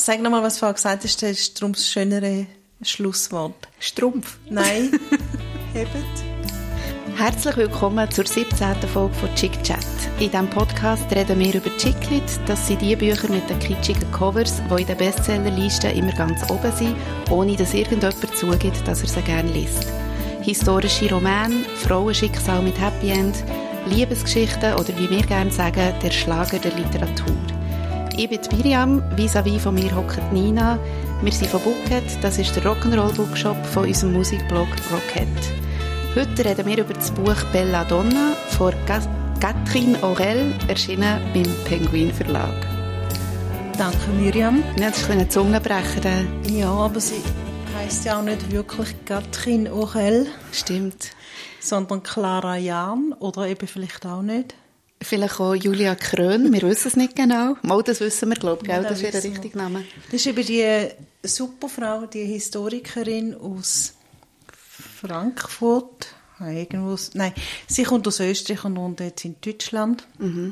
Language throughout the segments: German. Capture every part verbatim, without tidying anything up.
sag nochmal, was du vorhin gesagt hast, das ist darum das schönere Schlusswort. Strumpf. Nein, hebt. Herzlich willkommen zur siebzehnten Folge von Chick Chat. In diesem Podcast reden wir über Chicklit. Das sind die Bücher mit den kitschigen Covers, die in den Bestsellerlisten immer ganz oben sind, ohne dass irgendjemand zugibt, dass er sie gerne liest. Historische Romane, Frauenschicksal mit Happy End, Liebesgeschichten oder wie wir gerne sagen, der Schlager der Literatur. Ich bin Miriam, vis-à-vis von mir hockt Nina. Wir sind von Bookhead, das ist der Rock'n'Roll-Bookshop von unserem Musikblog Rockhead. Heute reden wir über das Buch Belladonna von Catherine Aurel, erschienen beim Penguin Verlag. Danke, Miriam. Ja, das ist ein Zungenbrecher. Ja, aber sie heisst ja auch nicht wirklich Catherine Aurel. Stimmt. Sondern Clara Jahn oder eben vielleicht auch nicht. Vielleicht auch Julia Krön, wir wissen es nicht genau. Mal, das wissen wir, glaube ich, ja, das ist der richtige Name. Das ist eben die Superfrau, die Historikerin aus Frankfurt. Irgendwo, nein, sie kommt aus Österreich und wohnt jetzt in Deutschland. Mhm.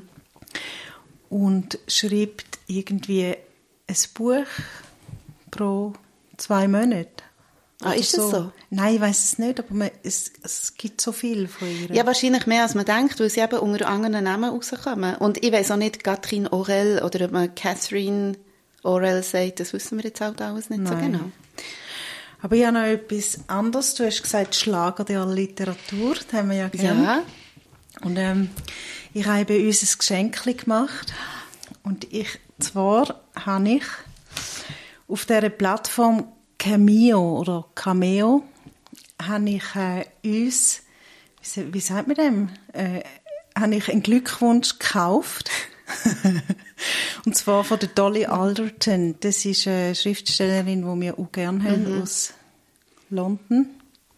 Und schreibt irgendwie ein Buch pro zwei Monate. Ah, ist das so? so? Nein, ich weiss es nicht, aber man, es, es gibt so viel von ihr. Ja, wahrscheinlich mehr, als man denkt, weil sie eben unter anderen Namen rauskommen. Und ich weiss auch nicht, Catherine Aurel oder ob man Catherine Aurel sagt, das wissen wir jetzt halt alles nicht Nein. so genau. Aber ich habe noch etwas anderes. Du hast gesagt, Schlager der Literatur, das haben wir ja gerne. Ja. Und ähm, ich habe uns ein Geschenk gemacht. Und ich, zwar habe ich auf dieser Plattform Cameo oder Cameo habe ich äh, uns, wie, wie sagt man dem, äh, habe ich einen Glückwunsch gekauft. Und zwar von der Dolly Alderton. Das ist eine Schriftstellerin, die wir auch gerne haben, mhm. aus London.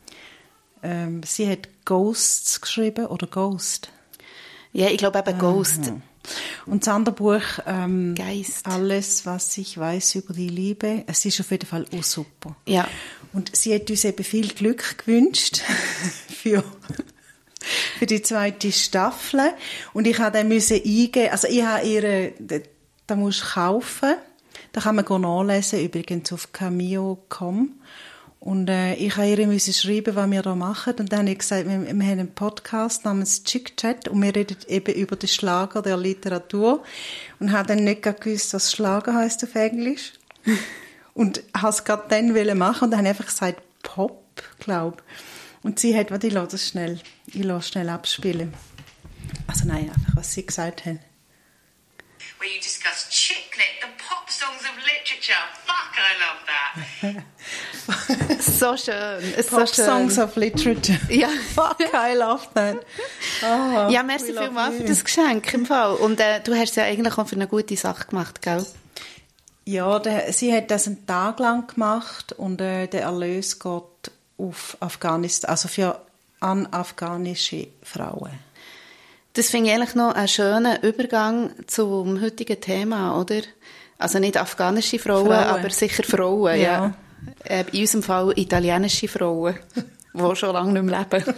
Ähm, sie hat Ghosts geschrieben, oder Ghost? Ja, ich glaube eben Ghost. Mhm. Und das andere Buch, ähm, Geist. Alles, was ich weiß über die Liebe. Es ist auf jeden Fall auch super. Ja. Und sie hat uns eben viel Glück gewünscht für, für die zweite Staffel. Und ich musste dann müssen eingeben, also ich habe ihre, da musst du kaufen. Da kann man nachlesen, übrigens auf cameo punkt com. Und äh, ich habe ihr müssen schreiben, was wir da machen. Und dann habe ich gesagt, wir, wir haben einen Podcast namens Chick Chat und wir reden eben über den Schlager der Literatur. Und habe dann nicht gewusst, was Schlager heisst auf Englisch. Und habe es gerade dann machen und dann habe ich einfach gesagt, Pop, glaube ich. Und sie hat, warte, ich lasse das schnell, ich lasse schnell abspielen. Also nein, einfach, was sie gesagt haben. Where you discuss Chicklit, the pop songs of literature. Fuck, I love that. So schön. Es Pop so schön. Songs of Literature. Ja. Fuck, I love that. Oh, ja, merci vielmals für das Geschenk im Fall. Und äh, du hast es ja eigentlich auch für eine gute Sache gemacht, gell? Ja, der, sie hat das einen Tag lang gemacht und äh, der Erlös geht auf Afghanistan, also für an afghanische Frauen. Das finde ich eigentlich noch einen schönen Übergang zum heutigen Thema, oder? Also nicht afghanische Frauen, Frauen. aber sicher Frauen, ja. ja. Äh, in unserem Fall italienische Frauen, die schon lange nicht mehr leben.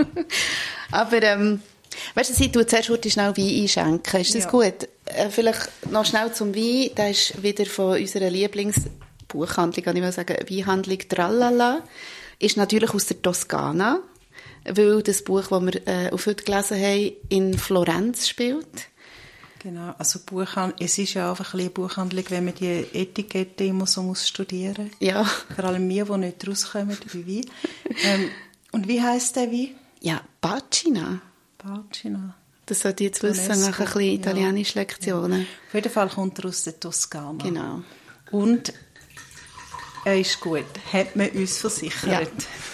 aber, ähm, weißt du, sie tut zuerst heute schnell Wein einschenken. Ist das ja. gut? Äh, vielleicht noch schnell zum Wein. Das ist wieder von unserer Lieblingsbuchhandlung, kann ich mal sagen, Weinhandlung Tralala. Ist natürlich aus der Toskana. Weil das Buch, das wir äh, auf heute gelesen haben, in Florenz spielt. Genau, also Buchhand- es ist ja einfach eine Buchhandlung, wenn man die Etikette immer so muss studieren muss. Ja. Vor allem wir, die nicht rauskommen bei Wein. ähm, und wie heisst der Wein? Ja, Pacina. Pacina. Das sollte ich jetzt wissen, nach ein bisschen italienischen ja. Lektionen. Ja. Auf jeden Fall kommt er aus der Toskana. Genau. Und er ist gut, hat man uns versichert. Ja.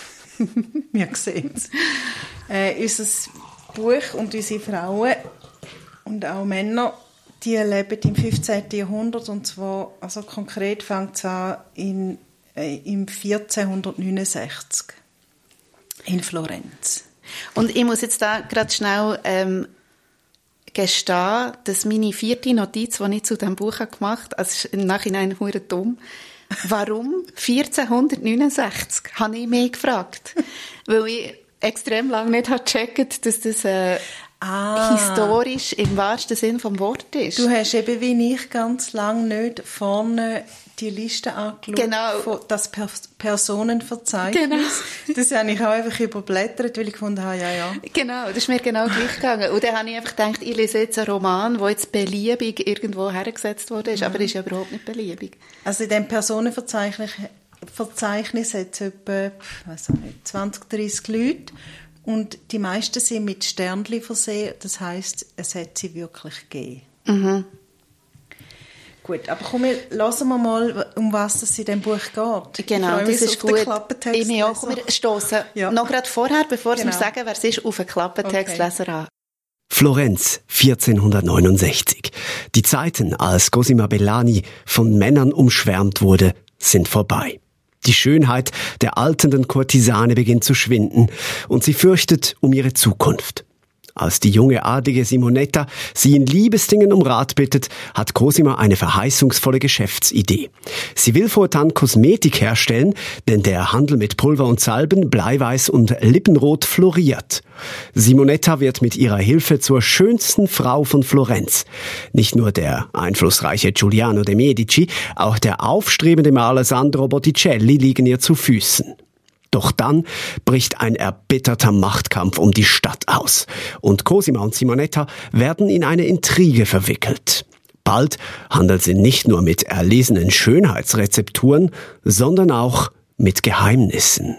Wir sehen es. Äh, unser Buch und unsere Frauen und auch Männer, die leben im fünfzehnten Jahrhundert und zwar, also konkret fängt es an in, äh, im vierzehnhundertneunundsechzig in Florenz. Und ich muss jetzt da gerade schnell ähm, gestehen, dass meine vierte Notiz, die ich zu diesem Buch gemacht habe, also ist im Nachhinein verdammt dumm. Warum vierzehnhundertneunundsechzig? Habe ich mich gefragt. Weil ich extrem lange nicht gecheckt habe, dass das äh, ah. historisch im wahrsten Sinn vom Wort ist. Du hast eben wie ich ganz lange nicht vorne die Liste angeschaut, genau. das Personenverzeichnis. Genau. Das habe ich auch einfach überblättert, weil ich gefunden habe, ja, ja. Genau, das ist mir genau gleich gegangen. Und dann habe ich einfach gedacht, ich lese jetzt einen Roman, der jetzt beliebig irgendwo hergesetzt worden ist, mhm. aber ist ja überhaupt nicht beliebig. Also in diesem Personenverzeichnis Verzeichnis hat es etwa weiss nicht, zwanzig, dreissig Leute und die meisten sind mit Sternchen versehen, das heisst, es hat sie wirklich gegeben. Mhm. Gut, aber komm, wir hören wir mal, um was es in diesem Buch geht. Genau, das ist gut. Ich mich auch. Wir stossen ja. noch gerade vorher, bevor genau. wir sagen, wer es ist, auf einen Klappentextleser okay. an. Florenz, vierzehnhundertneunundsechzig. Die Zeiten, als Cosima Bellani von Männern umschwärmt wurde, sind vorbei. Die Schönheit der alternden Kurtisane beginnt zu schwinden und sie fürchtet um ihre Zukunft. Als die junge Adlige Simonetta sie in Liebesdingen um Rat bittet, hat Cosima eine verheißungsvolle Geschäftsidee. Sie will fortan Kosmetik herstellen, denn der Handel mit Pulver und Salben, Bleiweiß und Lippenrot floriert. Simonetta wird mit ihrer Hilfe zur schönsten Frau von Florenz. Nicht nur der einflussreiche Giuliano de Medici, auch der aufstrebende Maler Sandro Botticelli liegen ihr zu Füßen. Doch dann bricht ein erbitterter Machtkampf um die Stadt aus und Cosima und Simonetta werden in eine Intrige verwickelt. Bald handelt sie nicht nur mit erlesenen Schönheitsrezepturen, sondern auch mit Geheimnissen.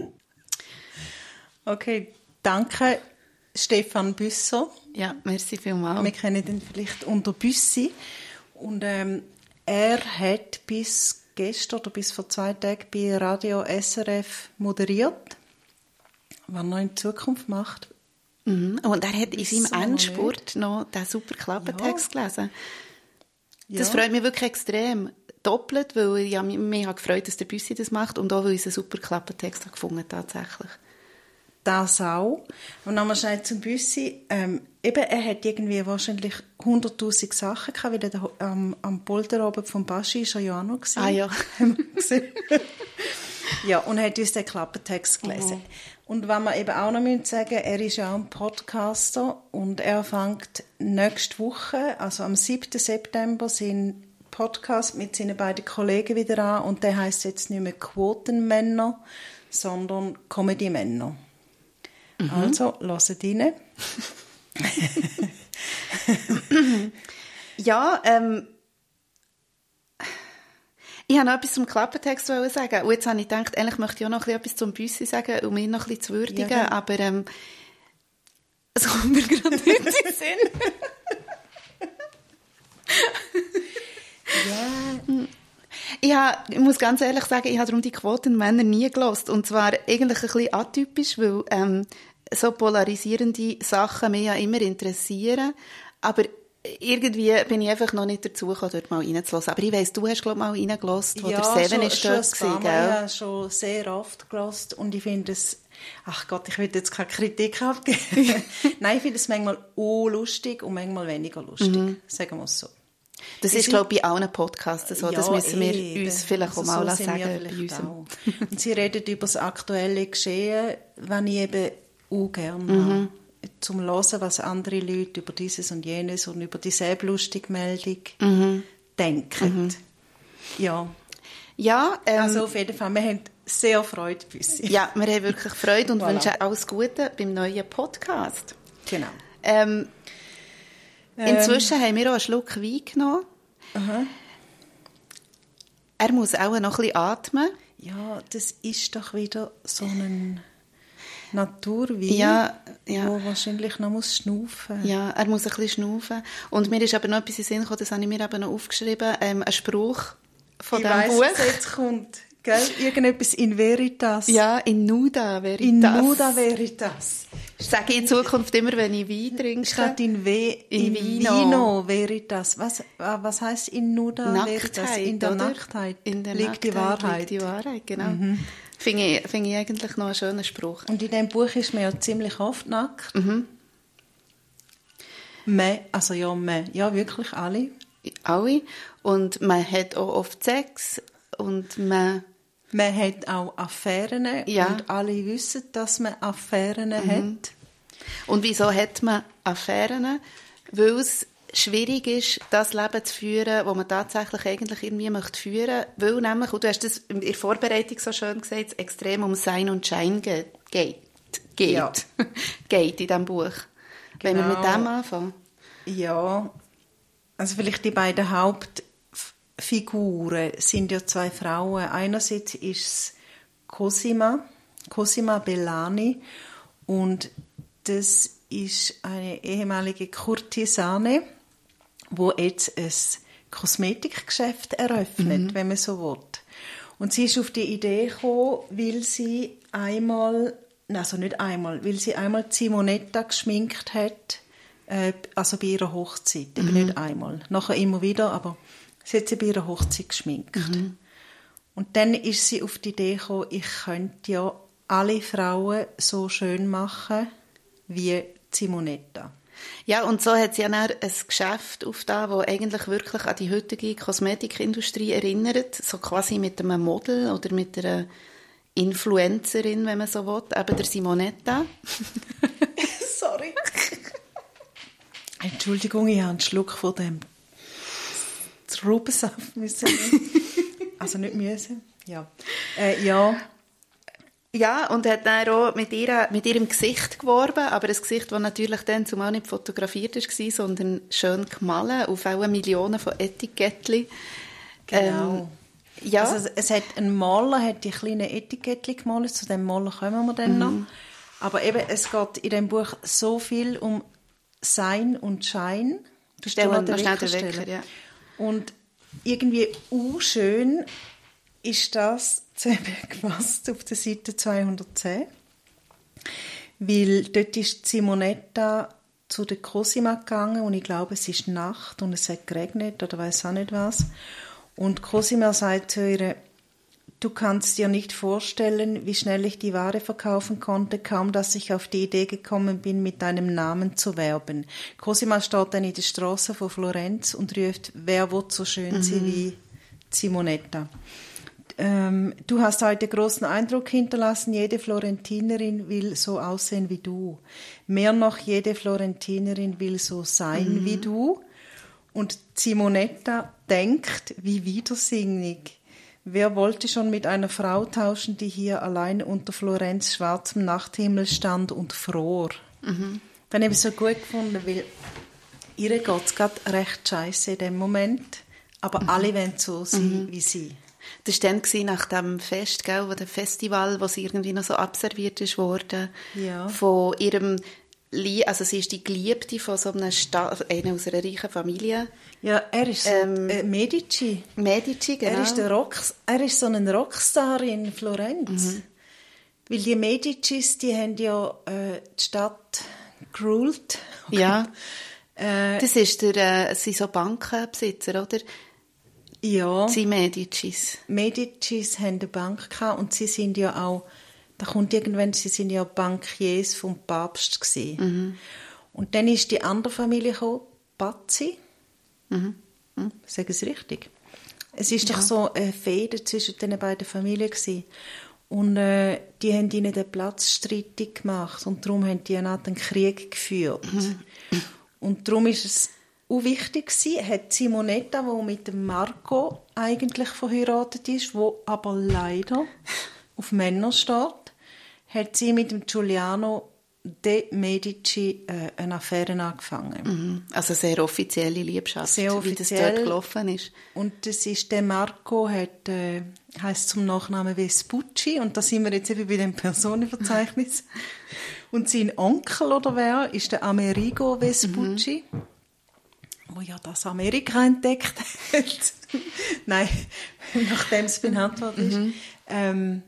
Okay, danke Stefan Büsser. Ja, merci vielmals. Wir kennen ihn vielleicht unter Büssi. Und ähm, er hat bis gestern oder bis vor zwei Tagen bei Radio S R F moderiert, was er noch in Zukunft macht. Mhm. Und er hat in seinem Endspurt noch den super Klappentext ja. gelesen. Das ja. freut mich wirklich extrem. Doppelt, weil ich ja, mich habe gefreut, dass der Büssi das macht und auch, weil ich einen super Klappentext habe gefunden tatsächlich. Das auch. Und nochmal schnell zum Büssi. Ähm, eben, er hat irgendwie wahrscheinlich hunderttausend Sachen gehabt, weil er am, am Polderabend von Baschi war er ja auch noch gewesen. Ah ja. Ja, und er hat uns den Klappentext gelesen. Mhm. Und was wir eben auch noch sagen müssen, er ist ja auch ein Podcaster und er fängt nächste Woche, also am siebten September, seinen Podcast mit seinen beiden Kollegen wieder an und der heisst jetzt nicht mehr Quotenmänner, sondern Comedy-Männer. Mhm. Also, hört rein. Ja, ähm, ich wollte noch etwas zum Klappentext sagen. Und jetzt habe ich gedacht, eigentlich möchte ich auch noch etwas zum Büssi sagen, um ihn noch ein bisschen zu würdigen. Ja, aber ähm, es kommt mir gerade nicht in den Sinn. Ja. Ich, habe, ich muss ganz ehrlich sagen, ich habe darum die Quotenmänner nie gehört. Und zwar eigentlich ein bisschen atypisch, weil ähm, so polarisierende Sachen mich ja immer interessieren. Aber irgendwie bin ich einfach noch nicht dazu gekommen, dort mal reinzuhören. Aber ich weiss, du hast, glaube ich, mal reingelassen, wo ja, der Seven schon, ist dort schon gewesen, gell? Ja, ich habe schon sehr oft gehört und ich finde es, ach Gott, ich will jetzt keine Kritik abgeben. Nein, ich finde es manchmal unlustig und manchmal weniger lustig, mhm. sagen wir es so. Das ist, glaube ich, bei allen Podcasts so. Ja, das müssen wir eben. uns vielleicht also auch mal so sagen. Bei uns. Und sie reden über das aktuelle Geschehen, wenn ich eben auch gerne mhm. habe. Zum Hören, was andere Leute über dieses und jenes und über dieselbe lustige Meldung mhm. denken. Mhm. Ja. Ja, ähm, also auf jeden Fall, wir haben sehr Freude bei uns. Ja, wir haben wirklich Freude und voilà. wünschen alles Gute beim neuen Podcast. Genau. Ähm, inzwischen ähm. haben wir auch einen Schluck Wein genommen. Aha. Er muss auch noch ein bisschen atmen. Ja, das ist doch wieder so ein Naturwein, ja, ja. wo wahrscheinlich noch muss schnaufen. Ja, er muss ein bisschen schnaufen. Und mir ist aber noch etwas in den Sinn gekommen, das habe ich mir eben noch aufgeschrieben, ähm, ein Spruch von ich diesem weiss, Buch. Was jetzt kommt. Gell? Irgendetwas in Veritas. Ja, in Nuda Veritas. In Nuda Veritas. Sage ich in Zukunft immer, wenn ich Wein trinke. Statt in, We in, in Vino. Vino Veritas. Was, was heisst in Nuda Nacktheit, Veritas? In der oder? Nacktheit in der liegt Nacktheit die Wahrheit. Liegt die Wahrheit, genau. Mhm. Finde ich, finde ich eigentlich noch einen schönen Spruch. Und in diesem Buch ist man ja ziemlich oft nackt. Mhm. Man, also ja, man, ja, wirklich alle. Alle. Und man hat auch oft Sex. Und man... Man hat auch Affären. Ja. Und alle wissen, dass man Affären mhm. hat. Und wieso hat man Affären? Weil es schwierig ist, das Leben zu führen, das man tatsächlich eigentlich irgendwie möchte führen möchte. Weil nämlich, und du hast das in der Vorbereitung so schön gesagt, es extrem um Sein und Schein geht. Geht. Ja. geht in diesem Buch. Genau. Wenn wir mit dem anfangen? Ja, also vielleicht die beiden Hauptfiguren sind ja zwei Frauen. Einerseits ist es Cosima, Cosima Bellani, und das ist eine ehemalige Kurtisane, die jetzt ein Kosmetikgeschäft eröffnet, mhm. wenn man so will. Und sie ist auf die Idee gekommen, weil sie einmal, also nicht einmal, weil sie einmal Simonetta geschminkt hat, äh, also bei ihrer Hochzeit, mhm. eben nicht einmal, nachher immer wieder, aber sie hat sie bei ihrer Hochzeit geschminkt. Mhm. Und dann ist sie auf die Idee gekommen, ich könnte ja alle Frauen so schön machen wie Simonetta. Ja, und so hat sie ja dann ein Geschäft aufgetan, das eigentlich wirklich an die heutige Kosmetikindustrie erinnert, so quasi mit einem Model oder mit einer Influencerin, wenn man so will, eben der Simonetta. Sorry. Entschuldigung, ich habe einen Schluck von dem Traubensaft müssen. Also nicht müssen. Ja. Äh, ja. Ja, und hat dann auch mit, ihrer, mit ihrem Gesicht geworben, aber ein Gesicht, das natürlich dann zumal nicht fotografiert war, sondern schön gemahlen, auf auch Millionen von Etikettchen. Genau. Ähm, ja. Also es hat, ein Maler hat die kleinen Etikettchen gemalt, zu dem Maler kommen wir dann mhm. noch. Aber eben, es geht in dem Buch so viel um Sein und Schein. Du stellst mal den Wecker stellen. Ja. Und irgendwie unschön ist das zusammengefasst auf der Seite zweihundertzehn. Weil dort ist Simonetta zu der Cosima gegangen und ich glaube, es ist Nacht und es hat geregnet oder weiss auch nicht was. Und Cosima sagt zu ihr, du kannst dir nicht vorstellen, wie schnell ich die Ware verkaufen konnte, kaum dass ich auf die Idee gekommen bin, mit deinem Namen zu werben. Cosima steht dann in der Straße von Florenz und ruft, wer will so schön mhm. sein wie Simonetta. Ähm, du hast heute großen Eindruck hinterlassen, jede Florentinerin will so aussehen wie du. Mehr noch, jede Florentinerin will so sein mhm. wie du. Und Simonetta denkt, wie widersinnig. Wer wollte schon mit einer Frau tauschen, die hier allein unter Florenz schwarzem Nachthimmel stand und fror? Mhm. Dann habe ich es so gut gefunden, weil ihr geht es gerade recht scheisse in dem Moment, aber mhm. alle wollen so sein mhm. wie sie. Das war dann nach dem Fest, gell, wo dem Festival, wo sie irgendwie noch so abserviert ist worden, ja. von ihrem, also sie ist die Geliebte von so einem Sta- einer aus einer reichen Familie. Ja, er ist so, ähm, äh, Medici. Medici, genau. Er ist, der Rock, er ist so ein Rockstar in Florenz. Mhm. Weil die Medicis, die haben ja äh, die Stadt geruled. Ja, äh, das ist der, äh, sind so Bankenbesitzer, oder? Ja. Die Medicis. Medicis haben eine Bank gehabt und sie sind ja auch, da kommt irgendwann, sie sind ja Bankiers vom Papst gewesen. Mhm. Und dann ist die andere Familie gekommen, Pazzi. Mhm. Mhm. Sagen Sie richtig? Es ist ja. doch so eine Fehde zwischen den beiden Familien gewesen. Und äh, die haben ihnen den Platz streitig gemacht und darum haben die einen Krieg geführt. Mhm. Und darum ist es auch wichtig gewesen, hat Simonetta, die mit dem Marco eigentlich verheiratet ist, wo aber leider auf Männer steht, hat sie mit dem Giuliano de Medici äh, eine Affäre angefangen. Mhm. Also sehr offizielle Liebschaft, sehr offiziell, wie das dort gelaufen ist. Und das ist, der Marco hat, äh, heisst zum Nachnamen Vespucci, und da sind wir jetzt eben bei dem Personenverzeichnis. Und sein Onkel oder wer ist der Amerigo Vespucci, mhm. wo ja das Amerika entdeckt hat. Nein, nachdem es benannt worden ist. Mhm. Ähm,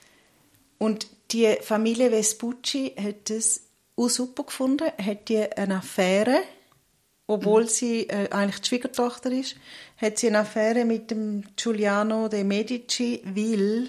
und die Familie Vespucci hat es auch super gefunden, hat die eine Affäre, obwohl mhm. sie äh, eigentlich die Schwiegertochter ist, hat sie eine Affäre mit dem Giuliano de Medici, weil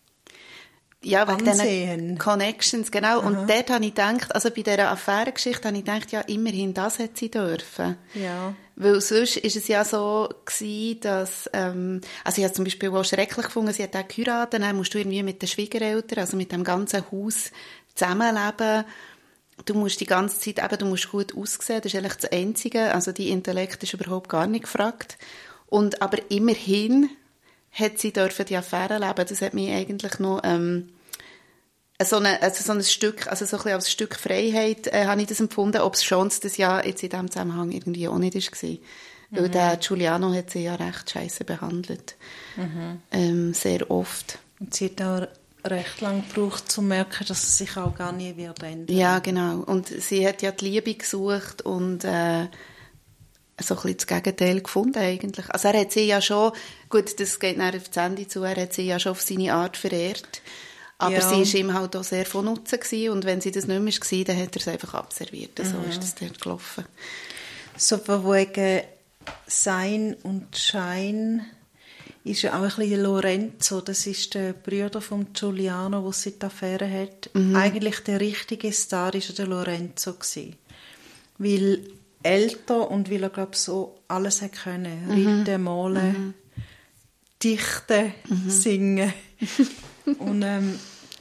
ja, wegen diesen Connections, genau. Aha. Und dort habe ich gedacht, also bei dieser Affärengeschichte habe ich gedacht, ja, immerhin das hat sie dürfen. Ja. Weil sonst war es ja so gewesen, dass, ähm, also ich habe zum Beispiel auch schrecklich gefunden, sie hat auch geheiratet, dann musst du irgendwie mit den Schwiegereltern, also mit dem ganzen Haus zusammenleben. du musst die ganze Zeit, eben, du musst gut aussehen, das ist eigentlich das Einzige, also die Intellekt ist überhaupt gar nicht gefragt. Und, aber immerhin hat sie dürfen die Affäre leben, das hat mich eigentlich noch, ähm, so, eine, also so ein Stück, also so ein bisschen als Stück Freiheit, äh, habe ich das empfunden, ob es schon das ja jetzt in diesem Zusammenhang irgendwie auch nicht war. Mhm. Weil der Giuliano hat sie ja recht scheisse behandelt. Mhm. Ähm, sehr oft. Und sie hat auch recht lange gebraucht, um zu merken, dass es sich auch gar nie wird ändern. Ja, genau. Und sie hat ja die Liebe gesucht und äh, so ein bisschen das Gegenteil gefunden eigentlich. Also er hat sie ja schon, gut, das geht nachher auf das Ende zu, er hat sie ja schon auf seine Art verehrt. Aber ja. sie war ihm halt auch sehr von Nutzen gewesen. Und wenn sie das nicht mehr war, dann hat er es einfach abserviert. Mhm. So ist das dort gelaufen. So von wegen Sein und Schein ist ja auch ein bisschen Lorenzo, das ist der Bruder von Giuliano, der sie die Affäre hat. Mhm. Eigentlich der richtige Star war der Lorenzo gewesen. Weil älter und weil er, glaube ich, so alles hat können. Mhm. Reiten, malen, mhm. dichten, mhm. singen. Und ähm,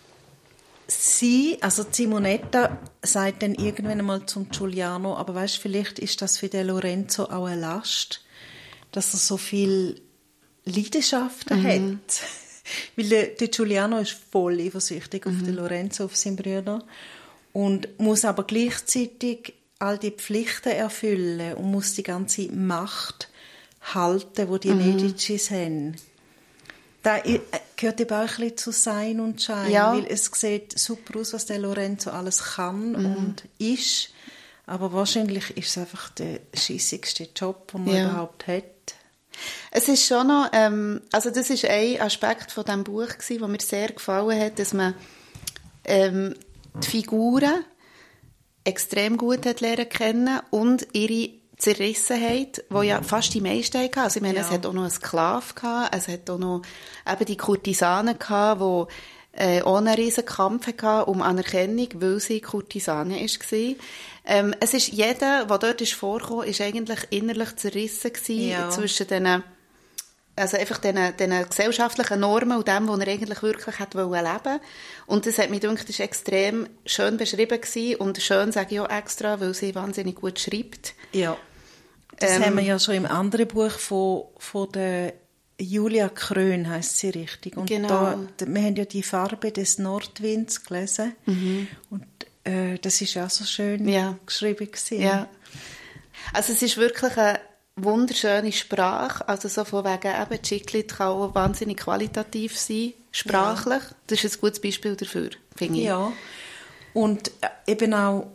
sie, also Simonetta, sagt dann irgendwann einmal zum Giuliano, aber weißt, vielleicht ist das für den Lorenzo auch eine Last, dass er so viel Leidenschaften mhm. hat. Weil der, der Giuliano ist voll eifersüchtig mhm. auf den Lorenzo, auf seinen Bruder, und muss aber gleichzeitig all die Pflichten erfüllen und muss die ganze Macht halten, die die mhm. Medicis haben. Da gehört eben auch ein bisschen zu Sein und Schein, ja. weil es sieht super aus, was der Lorenzo alles kann mhm. und ist, aber wahrscheinlich ist es einfach der scheissigste Job, den man ja. überhaupt hat. Es ist schon noch, ähm, also das ist ein Aspekt von diesem Buch gewesen, der mir sehr gefallen hat, dass man ähm, die Figuren extrem gut hat lernen kennen und ihre Zerrissenheit, die ja fast die meisten hatten. Also ich meine, ja. es hat auch noch einen Sklaven gehabt, es hat auch noch eben die Kurtisanen gehabt, die äh, auch einen riesen Kampf hatten um Anerkennung, weil sie Kurtisane war. Ähm, es ist jeder, der dort ist vorgekommen, ist eigentlich innerlich zerrissen gewesen ja. zwischen diesen, also einfach diesen, diesen gesellschaftlichen Normen und dem, was er eigentlich wirklich hat leben wollte. Und das hat mich gedacht, das war extrem schön beschrieben gewesen. Und schön sage ich auch extra, weil sie wahnsinnig gut schreibt. Ja, das ähm, haben wir ja schon im anderen Buch von, von der Julia Krön, heisst sie richtig. Und genau. da, wir haben ja die Farbe des Nordwinds gelesen. Mhm. Und äh, das war auch so schön ja. geschrieben gewesen. Ja. Also es ist wirklich eine wunderschöne Sprache, also so von wegen eben, Chiclet kann auch wahnsinnig qualitativ sein, sprachlich. Ja. Das ist ein gutes Beispiel dafür, finde ich. Ja, und eben auch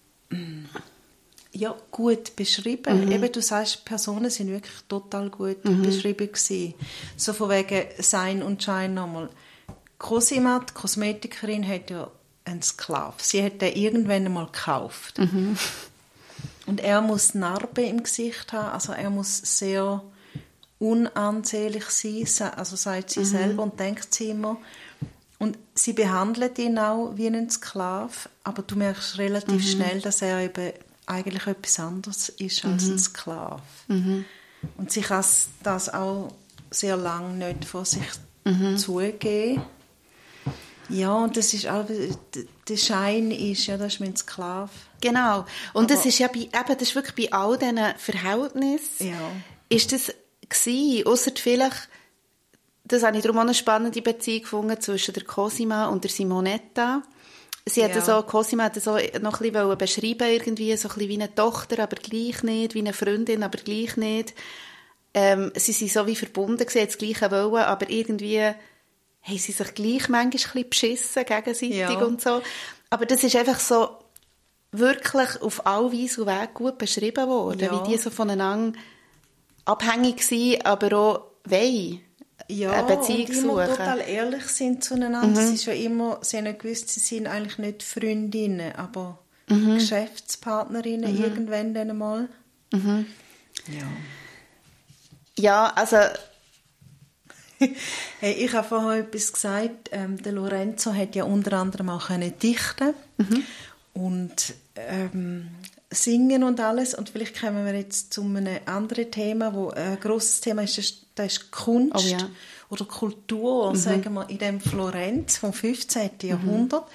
ja, gut beschrieben. Mhm. Eben, du sagst, Personen sind wirklich total gut mhm. beschrieben gewesen. So von wegen Sein und Schein nochmal. Cosima, die Kosmetikerin, hat ja einen Sklaven. Sie hat den irgendwann einmal gekauft. Mhm. Und er muss Narben im Gesicht haben, also er muss sehr unansehnlich sein, also sagt sie mhm. selber und denkt sie immer. Und sie behandelt ihn auch wie einen Sklaven, aber du merkst relativ mhm. schnell, dass er eben eigentlich etwas anderes ist als mhm. ein Sklave. Mhm. Und sie kann das auch sehr lange nicht vor sich mhm. zugeben. Ja, und das ist auch, der Schein ist, ja, das ist mein Sklave. Genau. Und aber, das ist ja bei, eben, das ist wirklich bei all diesen Verhältnissen, ja. ist das gewesen, ausser vielleicht, das habe ich darum auch eine spannende Beziehung gefunden zwischen der Cosima und der Simonetta. Sie hat ja. so, Cosima hat das so noch ein bisschen beschreiben, irgendwie, so ein bisschen wie eine Tochter, aber gleich nicht, wie eine Freundin, aber gleich nicht. Ähm, sie sind so wie verbunden, sie hat das Gleiche wollen, aber irgendwie haben sie sich gleich manchmal ein bisschen beschissen, gegenseitig ja. und so. Aber das ist einfach so wirklich auf alle Weise und Wege gut beschrieben worden, ja. wie die so voneinander abhängig sind, aber auch wollen. Ja, eine Beziehung und immer suchen. Total ehrlich sind zueinander. Mhm. Es ist ja immer, sie haben gewusst, sie sind eigentlich nicht Freundinnen, aber mhm. Geschäftspartnerinnen mhm. irgendwann dann mal. Mhm. Ja. Ja, also hey, ich habe vorher etwas gesagt. Ähm, der Lorenzo hat ja unter anderem auch dichten mhm. und ähm, singen und alles. Und vielleicht kommen wir jetzt zu einem anderen Thema, wo ein grosses Thema ist, das ist Kunst oh, ja. oder Kultur, mhm. sagen wir, in dem Florenz vom fünfzehnten. Mhm. Jahrhundert.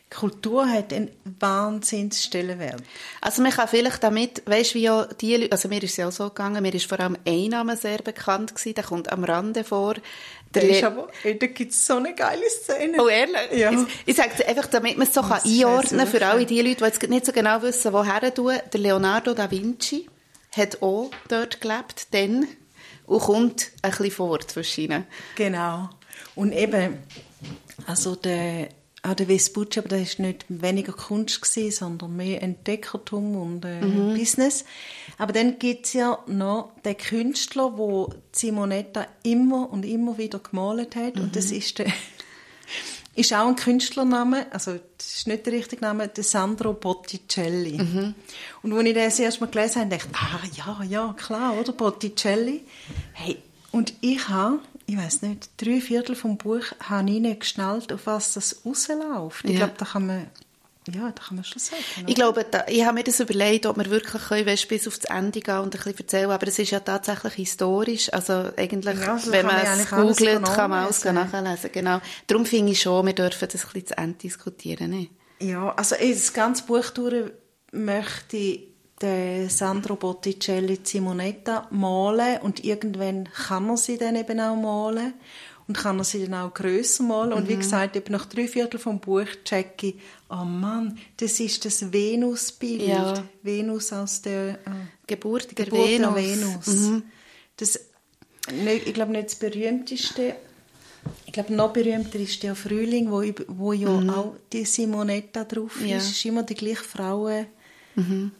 Kultur hat einen Wahnsinnsstellenwert. Also man kann vielleicht damit, weisst wie ja die Leute, also mir ist es ja auch so gegangen, mir ist vor allem ein Name sehr bekannt gewesen, der kommt am Rande vor. Der ist aber, ey, da gibt es so eine geile Szene. Oh, ehrlich? Ja. Ich, ich sage es einfach, damit man es so kann einordnen kann, für alle die Leute, die jetzt nicht so genau wissen, woher tun. Der Leonardo da Vinci hat auch dort gelebt, dann, und kommt ein bisschen vor zwischen. Genau. Und eben, also der, auch der Vespucci, aber das war nicht weniger Kunst gewesen, sondern mehr Entdeckertum und äh, mhm. Business. Aber dann gibt es ja noch den Künstler, den Simonetta immer und immer wieder gemalt hat. Mhm. Und das ist, der, ist auch ein Künstlername, also das ist nicht der richtige Name, der Sandro Botticelli. Mhm. Und als ich das erst mal gelesen habe, dachte ich, ah ja, ja, klar, oder, Botticelli. Hey, und ich habe, ich weiss nicht, drei Viertel vom Buch habe ich nicht geschnallt, auf was das rausläuft. Ich ja. glaube, da kann man, ja, da kann man schon sagen. Oder? Ich glaube, da, ich habe mir das überlegt, ob wir wirklich können, weißt, bis auf das Ende gehen und ein bisschen erzählen, aber es ist ja tatsächlich historisch, also eigentlich, ja, also wenn man es googelt, kann man alles nachlesen. Genau. Darum finde ich schon, wir dürfen das ein bisschen zu Ende diskutieren. Nicht? Ja, also das ganze Buch durch möchte ich den Sandro Botticelli Simonetta malen und irgendwann kann er sie dann eben auch malen und kann er sie dann auch grösser malen. Mhm. Und wie gesagt, eben nach drei Viertel vom Buch checke ich, oh Mann, das ist das Venusbild. Ja. Venus aus der äh, Geburt der Geburt Venus. Der Venus. Mhm. Das, ich glaube nicht das berühmteste. Ich glaube, noch berühmter ist der Frühling, wo, wo ja mhm. auch die Simonetta drauf ist. Ja. Es ist immer die gleiche Frauenfigur. Mhm.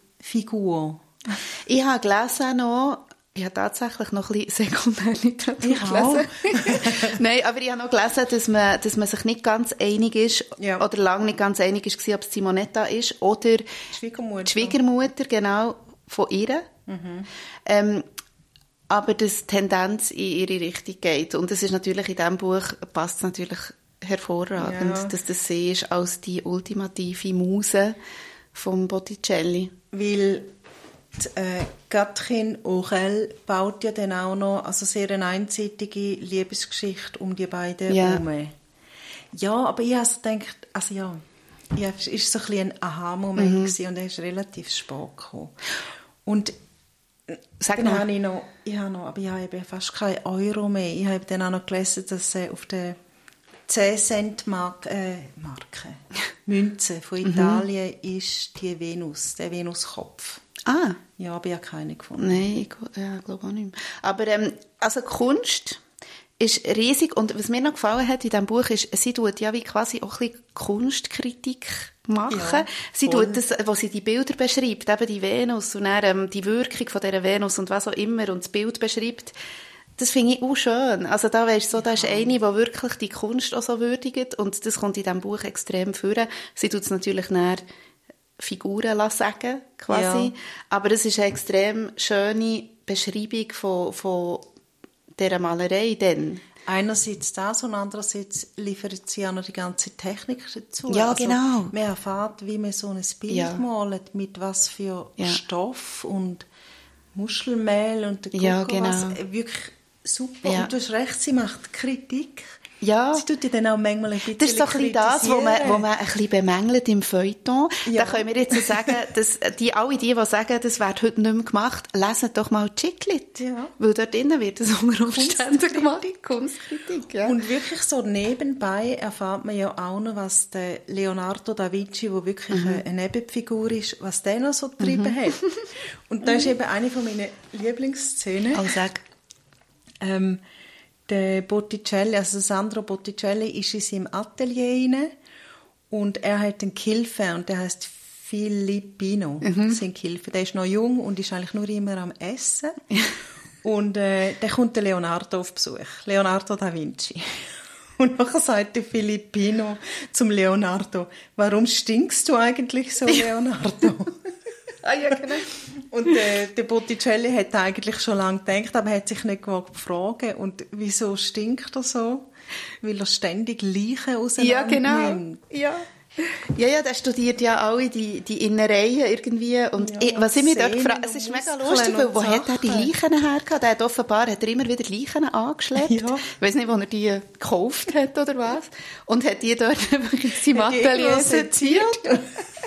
Ich habe gelesen noch, ich habe tatsächlich noch ein bisschen Sekundärliteratur gelesen. Nein, aber ich habe noch gelesen, dass man, dass man sich nicht ganz einig ist, ja. oder lange nicht ganz einig war, ob es Simonetta ist oder die Schwiegermutter, die Schwiegermutter genau, von ihr. Mhm. Ähm, aber dass die Tendenz in ihre Richtung geht. Und das ist natürlich in diesem Buch, passt es natürlich hervorragend, ja. dass das sie ist als die ultimative Muse von Botticelli. Weil die, äh, Catherine Aurel baut ja dann auch noch also sehr eine einseitige Liebesgeschichte um die beiden ja. herum. Ja, aber ich habe gedacht, also ja, ja es war so ein bisschen ein Aha-Moment mhm. gewesen, und er ist relativ spät gekommen. Und Sag dann noch. habe ich noch, ich habe noch, aber ich habe eben fast keinen Euro mehr. Ich habe dann auch noch gelesen, dass äh, auf der zehn Cent Mark, äh, Marke, Münze von Italien mhm. ist die Venus, der Venuskopf. Ah. Ja, aber ich habe keine gefunden. Nein, ich ja, glaube auch nicht mehr. Aber ähm, also Kunst ist riesig, und was mir noch gefallen hat in diesem Buch ist, sie tut ja wie quasi auch ein bisschen Kunstkritik machen. Ja, sie tut das, wo sie die Bilder beschreibt, eben die Venus und dann, ähm, die Wirkung von dieser Venus und was auch immer, und das Bild beschreibt. Das finde ich auch schön. Also da weisst so, da ist eine, die wirklich die Kunst auch so würdigt, und das kommt in diesem Buch extrem vor. Sie tut es natürlich näher Figuren sagen, quasi. Ja. Aber es ist eine extrem schöne Beschreibung von, von dieser Malerei dann. Einerseits das und andererseits liefert sie auch noch die ganze Technik dazu. Ja, also genau. Man erfährt, wie man so ein Bild ja. malt, mit was für ja. Stoff und Muschelmehl und der ja, Gucko, genau. was wirklich super. Ja. Und du hast recht, sie macht Kritik. Ja. Sie tut ja dann auch manchmal ein bisschen Das ist so ein bisschen das, was man, was man ein bisschen bemängelt im Feuilleton. Ja. Da können wir jetzt sagen, dass die, alle die, die sagen, das wird heute nicht mehr gemacht, lesen doch mal Chiclet. Ja. Weil dort drinnen wird das unter Umständen gemacht. Kunstkritik, ja. Und wirklich so nebenbei erfahrt man ja auch noch, was der Leonardo da Vinci, der wirklich mhm. eine Nebenfigur ist, was der noch so getrieben mhm. hat. Und da ist eben eine von meinen Lieblingsszenen. Oh, sag. Ähm, Der Botticelli, also Sandro Botticelli, ist in seinem Atelier rein und er hat einen Gehilfen und der heißt Filippino, mhm. sein Gehilfe. Der ist noch jung und ist eigentlich nur immer am Essen. Und äh, dann kommt der Leonardo auf Besuch, Leonardo da Vinci. Und nachher sagt der Filippino zum Leonardo, warum stinkst du eigentlich so, Leonardo? Ah, ja, genau. Und äh, der Botticelli hat eigentlich schon lange gedacht, aber hat sich nicht gewagt zu fragen. Und wieso stinkt er so? Weil er ständig Leichen auseinander ja, genau. nimmt. Ja. Ja, ja, der studiert ja alle die, die Innereien irgendwie. Und Ja, ich, was ich mich dort Sehnen gefragt, es und ist mega Muskeln lustig, weil und wo hat er die Sachen. Leichen hergehabt? Der hat offenbar, hat er immer wieder Leichen angeschleppt. Ja. Ich weiss nicht, wo er die gekauft hat oder was. Und hat die dort einfach in seinem Hat die Atelier irgendwo sortiert.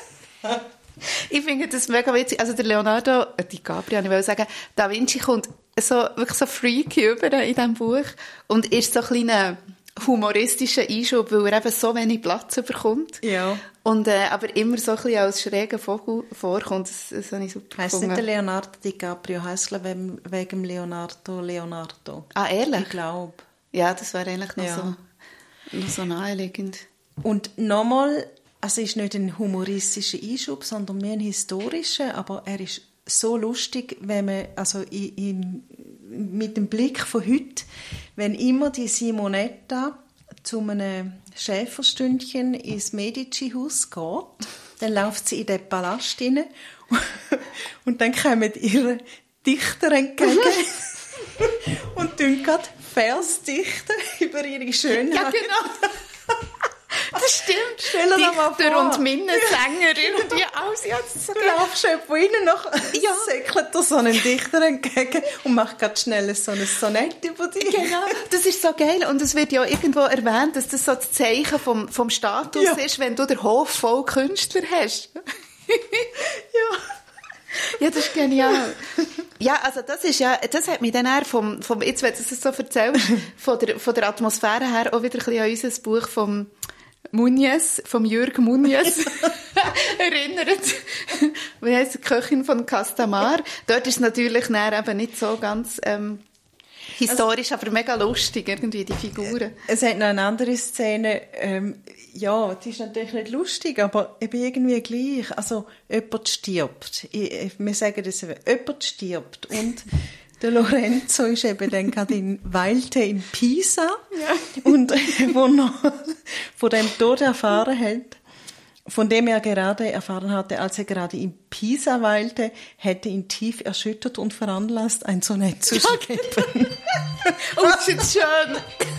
Ich finde das mega witzig. Also der Leonardo, äh, die Gabriel, ich will sagen, Da Vinci kommt so, wirklich so freaky über in diesem Buch und ist so ein kleiner humoristischer Einschub, weil er eben so wenig Platz bekommt. Ja. Und, äh, aber immer so ein bisschen als schräger Vogel vorkommt. Das, das habe ich super Heisst gefunden. nicht der Leonardo DiCaprio, heisst glaube wegen, wegen Leonardo Leonardo. Ah, ehrlich? Ich glaube. Ja, das wäre eigentlich noch, Ja. so, noch so naheliegend. Und nochmal, also es ist nicht ein humoristischer Einschub, sondern mehr ein historischer, aber er ist so lustig, wenn man, also in, in, mit dem Blick von heute, wenn immer die Simonetta zu einem Schäferstündchen ins Medici-Haus geht, dann läuft sie in den Palast hinein und dann kommen ihre Dichter entgegen und tun gerade Versdichter über ihre Schönheit. Ja, genau. Das stimmt. Stell dir das mal Dichter vor. und Minnesänger irgendwie alles. Ja, das ist so Du geil. laufst jemand rein, nach Ja. säckelt dir so einen Dichter entgegen und macht gerade schnell so ein Sonett über dich. Genau, das ist so geil. Und es wird ja irgendwo erwähnt, dass das so das Zeichen vom, vom Status Ja. ist, wenn du den Hof voll Künstler hast. Ja. Ja, das ist genial. Ja, also das ist ja, das hat mich dann eher vom, vom jetzt, wenn du es so erzählst, von der, von der Atmosphäre her auch wieder ein bisschen an unser Buch vom Muniz, vom Jürg Muniz erinnert. Wie heisst die Köchin von Castamar? Dort ist es natürlich dann eben nicht so ganz ähm, historisch, also, aber mega lustig, irgendwie, die Figuren. Es hat noch eine andere Szene, ähm, ja, die ist natürlich nicht lustig, aber eben irgendwie gleich. Also, jemand stirbt. Ich, ich, wir sagen das eben, jemand stirbt. Und der Lorenzo ist eben dann gerade in Weilte in Pisa. Ja. Und wo noch von dem Tod erfahren hat, von dem er gerade erfahren hatte, als er gerade in Pisa weilte, hätte ihn tief erschüttert und veranlasst, ein Sonett zu schreiben. Oh, das ist jetzt schön.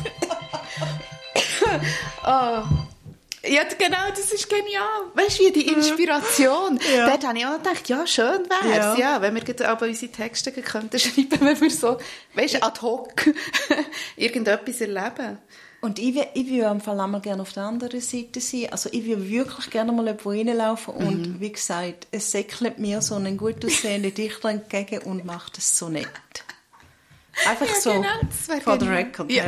Oh. Ja, genau, das ist genial. Weißt du, wie die Inspiration. Ja. Dort habe ich auch gedacht, ja, schön wäre es, ja. Ja. wenn wir gerade aber unsere Texte könnten schreiben, wenn wir so, weißt du, ad hoc irgendetwas erleben. Und ich, wär- ich würde am Fall einmal gerne auf der anderen Seite sein. Also ich würde wirklich gerne mal irgendwo reinlaufen und Mhm. wie gesagt, es säckelt mir so einen gut aussehenden Dichter entgegen und macht es so nett. Einfach Ja, so, genau, das wär for the genial. record. Ja.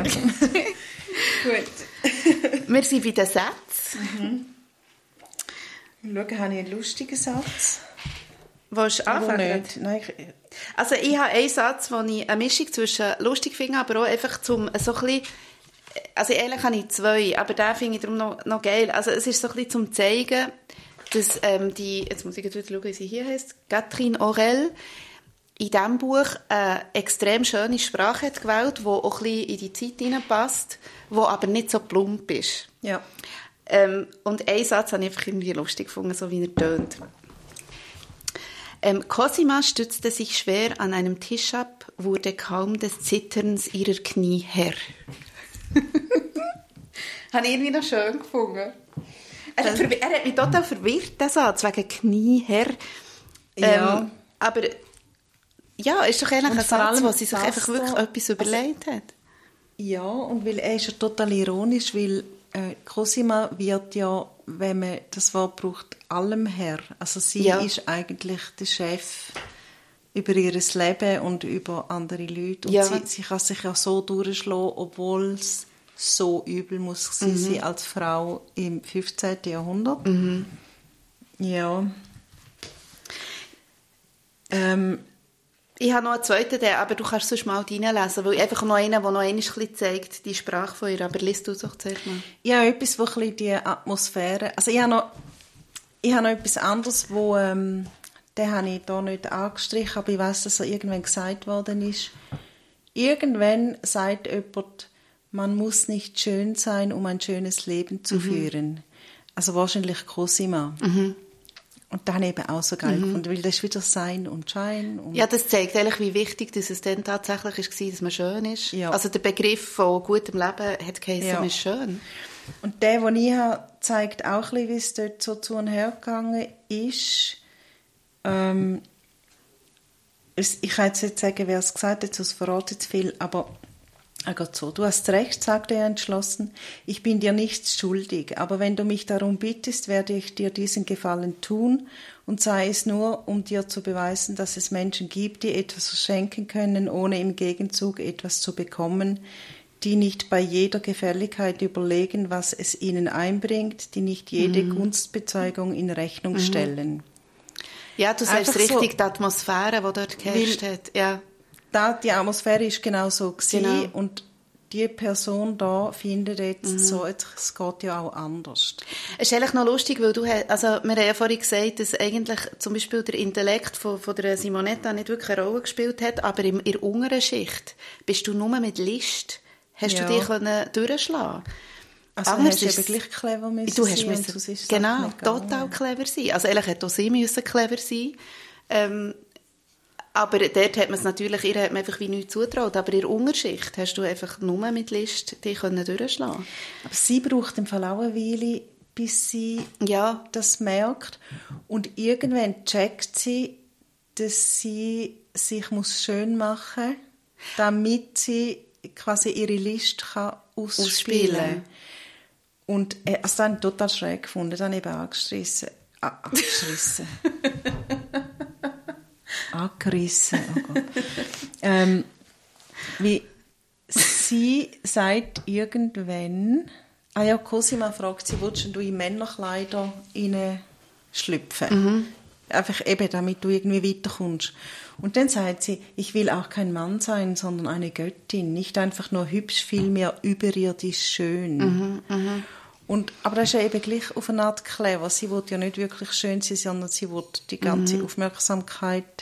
Gut. Wir sind bei den Sätzen. Schauen, habe ich einen lustigen Satz? Willst du Aber anfangen? nicht. Nein, ich, Also ich habe einen Satz, wo ich eine Mischung zwischen lustig finde, aber auch einfach zum so ein bisschen, also eigentlich habe ich zwei, aber den finde ich darum noch, noch geil. Also es ist so ein bisschen zum zeigen, dass ähm, die, jetzt muss ich wieder schauen, wie sie hier heisst, Catherine Aurel, in diesem Buch eine extrem schöne Sprache hat gewählt, die auch ein bisschen in die Zeit hineinpasst, die aber nicht so plump ist. ja. Ähm, und einen Satz habe ich einfach irgendwie lustig gefunden, so wie er tönt. Ähm, Cosima stützte sich schwer an einem Tisch ab, wurde kaum des Zitterns ihrer Knie Herr. Habe ich irgendwie noch schön gefunden. Er hat, verwi- er hat mich total verwirrt, der Satz, wegen Knie Herr. Ähm, Ja. Aber ja, ist doch eigentlich Und ein vor Satz, allem wo sie sich passt einfach wirklich da- etwas überlegt hat. Ja, und weil er ist ja total ironisch, weil äh, Cosima wird ja, wenn man das Wort braucht, allem Herr. Also sie Ja. ist eigentlich der Chef über ihr Leben und über andere Leute. Und Ja. sie, sie kann sich ja so durchschlagen, obwohl es so übel muss sie sein als Frau im fünfzehnten Jahrhundert. Ja. Ähm, Ich habe noch einen zweiten, den, aber du kannst sonst mal reinlesen, weil einfach noch einen, der noch einmal ein bisschen zeigt, die Sprache von ihr. Aber liest du es doch zuerst mal. Ja, etwas, wo ein bisschen die Atmosphäre... Also ich habe noch, ich habe noch etwas anderes, wo... Ähm, den habe ich hier nicht angestrichen, aber ich weiss, dass er irgendwann gesagt worden ist. Irgendwann sagt jemand, man muss nicht schön sein, um ein schönes Leben zu mhm. führen. Also wahrscheinlich Cosima. Mhm. Und das habe ich eben auch so geil mhm. gefunden, weil das ist wieder Sein und Schein. Und ja, das zeigt eigentlich, wie wichtig dass es dann tatsächlich war, dass man schön ist. Ja. Also der Begriff von gutem Leben hat geheißen, Ja. man ist schön. Und der, den ich habe, zeigt auch ein bisschen, wie es dort so zu und her gegangen ist. Ähm, ich kann jetzt nicht sagen, wer es gesagt hat, sonst verrate zu viel, aber er geht so: Du hast recht, sagte er entschlossen, ich bin dir nichts schuldig, aber wenn du mich darum bittest, werde ich dir diesen Gefallen tun, und sei es nur, um dir zu beweisen, dass es Menschen gibt, die etwas verschenken können, ohne im Gegenzug etwas zu bekommen, die nicht bei jeder Gefälligkeit überlegen, was es ihnen einbringt, die nicht jede mhm. Gunstbezeugung in Rechnung mhm. stellen. Ja, du sagst richtig, so, die Atmosphäre, die dort geherrscht hat. Ja. Da, die Atmosphäre war genau so gewesen, genau. Und die Person da findet jetzt mhm. so, es geht ja auch anders. Es ist eigentlich noch lustig, weil du, also wir haben ja vorhin gesagt, dass eigentlich zum Beispiel der Intellekt von, von der Simonetta nicht wirklich eine Rolle gespielt hat, aber in der unteren Schicht bist du nur mit List, hast ja. du dich können durchschlagen. Also Anders hast du eben gleich clever müssen du hast sein, müssen, und ist genau, total clever sein. Also eigentlich hätte auch sie müssen clever sein. Ähm, aber dort hat man es natürlich, ihr hat man einfach wie nichts zutraut. Aber in der Unterschicht hast du einfach nur mit List die können durchschlagen. Aber sie braucht im Fall auch eine Weile, bis sie ja. das merkt. Und irgendwann checkt sie, dass sie sich muss schön machen muss, damit sie quasi ihre List kann ausspielen kann. Und äh, also das habe ich total schräg gefunden. Das habe ich eben angerissen. Ah, angerissen. angerissen. Oh Gott. ähm, wie sie sagt irgendwann, ah ja, Cosima fragt sie, willst du in Männerkleider schlüpfen? Mhm. Einfach eben, damit du irgendwie weiterkommst. Und dann sagt sie, ich will auch kein Mann sein, sondern eine Göttin. Nicht einfach nur hübsch, vielmehr überirdisch schön. Mhm, mh. Und, aber das ist ja eben gleich auf eine Art clever. Sie will ja nicht wirklich schön sein, sondern sie will die ganze mhm. Aufmerksamkeit,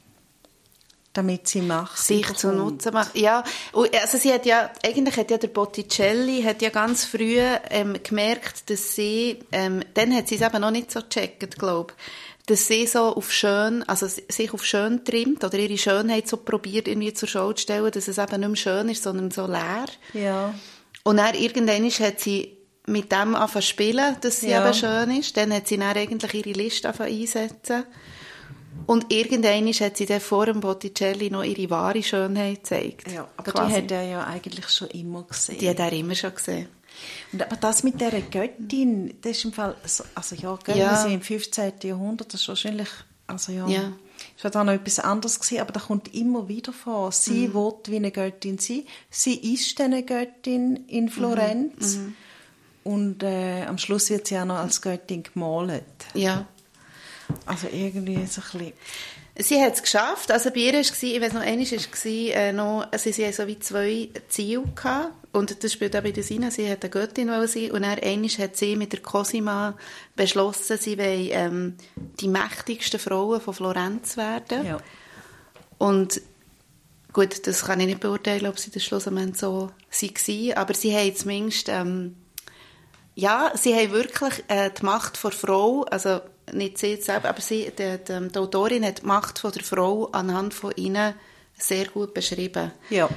damit sie Macht sich bekommt. Zu Nutzen macht. Ja, also sie hat ja, eigentlich hat ja der Botticelli hat ja ganz früh ähm, gemerkt, dass sie, ähm, dann hat sie es eben noch nicht so gecheckt, glaube ich, dass sie so auf schön, also sich auf schön trimmt oder ihre Schönheit so probiert irgendwie zur Schau zu stellen, dass es eben nicht mehr schön ist, sondern so leer. Ja. Und dann irgendwann hat sie mit dem anfangen zu spielen, dass sie ja. eben schön ist. Dann hat sie dann eigentlich ihre Liste anfangen einsetzen. Und irgendwann hat sie dann vor dem Botticelli noch ihre wahre Schönheit gezeigt. Ja, aber quasi. Die hat er ja eigentlich schon immer gesehen. Die hat er immer schon gesehen. Und aber das mit dieser Göttin, das ist im Fall, so, also ja, ja. wir sind im fünfzehnten Jahrhundert, das ist wahrscheinlich, also ja, ja. es war da noch etwas anderes gewesen, aber da kommt immer wieder vor, sie mhm. will wie eine Göttin sein, sie ist eine Göttin in Florenz mhm. und äh, am Schluss wird sie auch noch als Göttin gemalt. Ja. Also irgendwie so ein bisschen... Sie hat es geschafft. Also bei ihr war es, ich weiss noch, einmal war es, äh, noch, also sie hatte so wie zwei Ziele gehabt. Und das spielt auch bei der Sina. Sie hat eine Göttin sein. Und dann einmal hat sie mit der Cosima beschlossen, sie will ähm, die mächtigsten Frauen von Florenz werden. Ja. Und gut, das kann ich nicht beurteilen, ob sie das schlussendlich so war. Aber sie haben zumindest, ähm, ja, sie haben wirklich äh, die Macht der Frau, also nicht sie selber, aber sie, die, die, die Autorin hat die Macht von der Frau anhand von ihnen sehr gut beschrieben. Ja.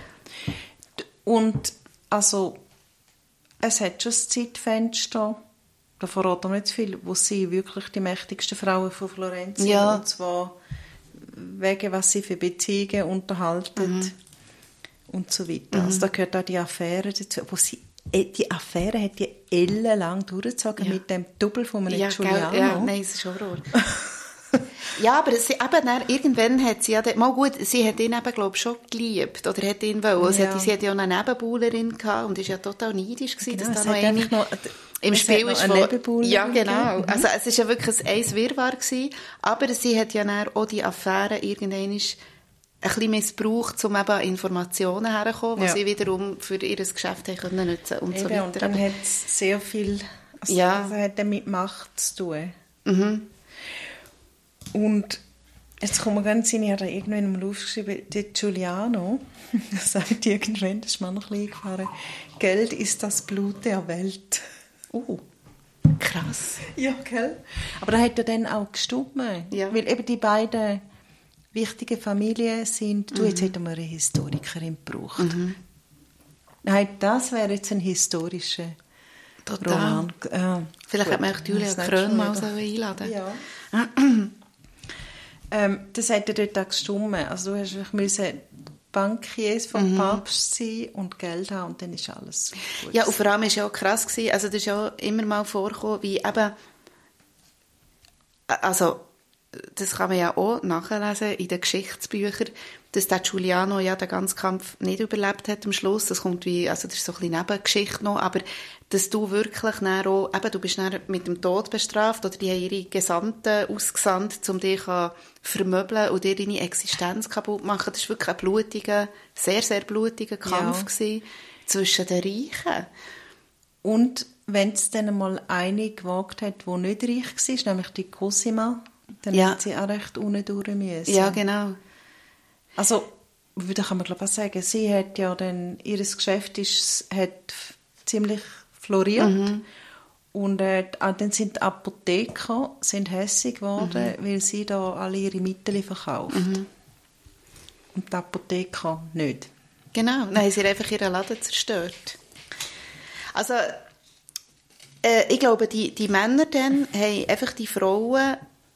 Und also, es hat schon ein Zeitfenster, da verraten wir nicht zu viel, wo sie wirklich die mächtigsten Frauen von Florenz sind. Ja. Und zwar wegen, was sie für Beziehungen unterhalten mhm. und so weiter. Mhm. Also da gehört auch die Affäre dazu, wo sie die Affäre hat die ellenlang durchgezogen ja. mit dem Double von einem ja, Giuliano. Ja, nein, es ist Horror. Ja, aber sie, eben, dann, irgendwann hat sie ja, mal gut, sie hat ihn eben, glaube ich, schon geliebt, oder hat ihn wollen. Also ja. Sie hatte ja auch eine Nebenbuhlerin gehabt und war ja total neidisch gewesen, genau, dass da noch eine noch, im Spiel ist. Eine Nebenbuhlerin. Ja, genau. Mhm. Also es war ja wirklich ein Wirrwarr gewesen, aber sie hat ja dann auch die Affäre irgendwann ein bisschen missbraucht, um eben an Informationen herzukommen, die ja. sie wiederum für ihr Geschäft haben können nutzen und Eben, so weiter. Und dann hat es sehr viel, also ja. also hat mit Macht zu tun. Mhm. Und jetzt kommen wir ganz in, ich habe da irgendwann mal aufgeschrieben, der Giuliano, das sagt irgendwann, das ist mir noch ein bisschen eingefahren, Geld ist das Blut der Welt. Oh, krass. Ja, gell? Aber da hat er dann auch gestummen, ja. weil eben die beiden wichtige Familien sind, du, jetzt hätten wir eine Historikerin gebraucht. Mhm. Nein, das wäre jetzt ein historischer Total. Roman. Äh, Vielleicht gut, hat man auch Julia das Krön mal nächste so einladen. Ja. ähm, das hat ja dort auch gestummen. Also du hast wirklich müssen Bankiers vom mhm. Papst sein und Geld haben und dann ist alles gut. Ja, und vor allem war es ja auch krass gewesen, also das ist ja immer mal vorgekommen, wie eben, also das kann man ja auch nachlesen in den Geschichtsbüchern, dass der Giuliano ja den ganzen Kampf nicht überlebt hat am Schluss. Das kommt wie, also das ist so ein bisschen Nebengeschichte noch, aber dass du wirklich dann auch, eben, du bist dann mit dem Tod bestraft oder die haben ihre Gesandten ausgesandt, um dich zu vermöbeln und dir deine Existenz kaputt zu machen. Das war wirklich ein blutiger, sehr, sehr blutiger Kampf ja. gewesen zwischen den Reichen. Und wenn es dann mal eine gewagt hat, die nicht reich war, nämlich die Cosima, dann ja. hat sie auch recht unten durch müssen. Ja, genau. Also, da kann man glaube ich auch sagen, sie hat ja dann, ihr Geschäft ist, hat ziemlich floriert. Mhm. Und äh, dann sind die Apotheker sind hässig geworden, mhm. weil sie da alle ihre Mittel verkauft. Mhm. Und die Apotheker nicht. Genau, dann haben sie einfach ihren Laden zerstört. Also, äh, ich glaube, die, die Männer dann haben einfach die Frauen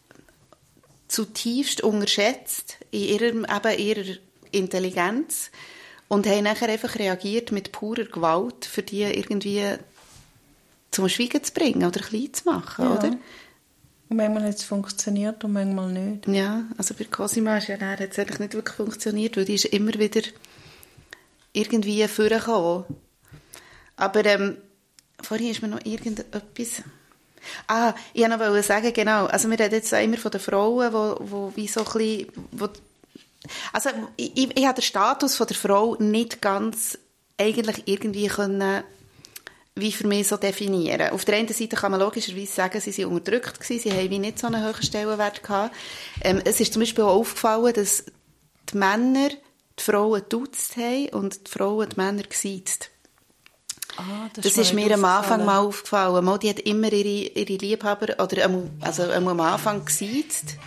zutiefst unterschätzt in ihrem, eben ihrer Intelligenz und haben nachher einfach reagiert mit purer Gewalt, für die irgendwie zum Schweigen zu bringen oder klein zu machen, ja. oder? Und manchmal hat es funktioniert und manchmal nicht. Ja, also bei Cosima ist ja hat es eigentlich nicht wirklich funktioniert, weil die ist immer wieder irgendwie vorgekommen. Aber ähm, vorhin ist mir noch irgendetwas... Ah, ich wollte noch sagen, genau, also wir reden jetzt immer von den Frauen, wo, wo wie so ein bisschen, wo, also ich, ich, ich habe den Status von der Frau nicht ganz eigentlich irgendwie können, wie für mich so definieren. Auf der einen Seite kann man logischerweise sagen, sie waren unterdrückt gewesen, sie haben wie nicht so einen hohen Stellenwert gehabt. Ähm, es ist zum Beispiel auch aufgefallen, dass die Männer die Frauen geduzt haben und die Frauen die Männer gesiezt. Ah, das, das ist mir am Anfang mal aufgefallen. Mal, die hat immer ihre, ihre Liebhaber, oder also am Anfang gesiezt.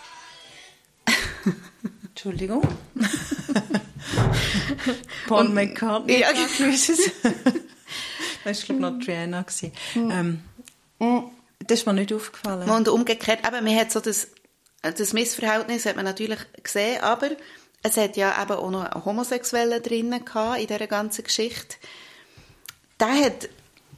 Entschuldigung. Paul McCartney. Ja. Das war, glaube ich, noch Triana. Ähm, das ist mir nicht aufgefallen. Und umgekehrt, eben, man hat so das, das Missverhältnis hat man natürlich gesehen, aber es hat ja eben auch noch einen Homosexuellen drin gehabt in dieser ganzen Geschichte. Der hat,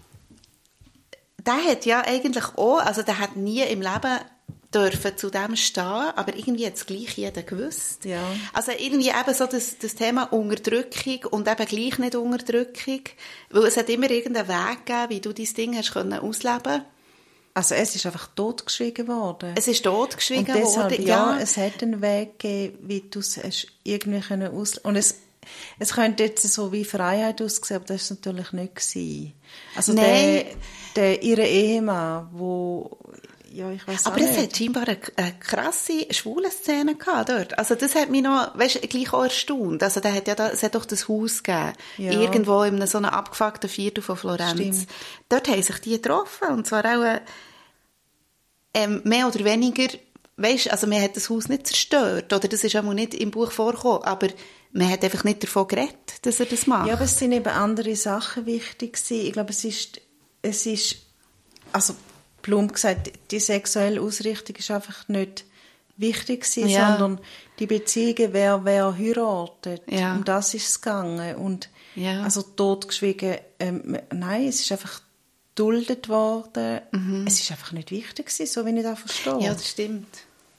der hat ja eigentlich auch, also der hat nie im Leben dürfen zu dem stehen, aber irgendwie hat es gleich jeder gewusst. Ja. Also irgendwie eben so das, das Thema Unterdrückung und eben gleich nicht Unterdrückung, weil es hat immer irgendeinen Weg gegeben, wie du dein Ding hast können ausleben. Also es ist einfach totgeschwiegen worden. Es ist totgeschwiegen und deshalb, worden, ja. ja. Es hat einen Weg gegeben, wie du es irgendwie können ausleben. Und es Es könnte jetzt so wie Freiheit aussehen, aber das war natürlich nicht gewesen. Also Nein. der, der, ihre Ehemann, wo, ja, ich weiss aber auch es nicht. hat scheinbar eine, eine krasse schwule Szene gehabt dort. Also das hat mich noch, weißt, gleich auch erstaunt. Also der hat ja da, es hat doch das Haus gegeben. Ja. Irgendwo in so einem abgefuckten Viertel von Florenz. Stimmt. Dort haben sich die getroffen. Und zwar auch, ähm, mehr oder weniger, weißt, also man hat das Haus nicht zerstört. Oder das ist auch nicht im Buch vorgekommen. Aber man hat einfach nicht davon geredet, dass er das macht. Ja, aber es sind eben andere Sachen wichtig gewesen. Ich glaube, es ist, es ist, also plump gesagt, die sexuelle Ausrichtung ist einfach nicht wichtig gewesen, ja. sondern die Beziehungen, wer, wer heiratet. Ja. Um das ist es gegangen. Und ja. also totgeschwiegen, ähm, nein, es ist einfach geduldet worden. Mhm. Es ist einfach nicht wichtig gewesen, so wie ich das verstehe. Ja, das stimmt.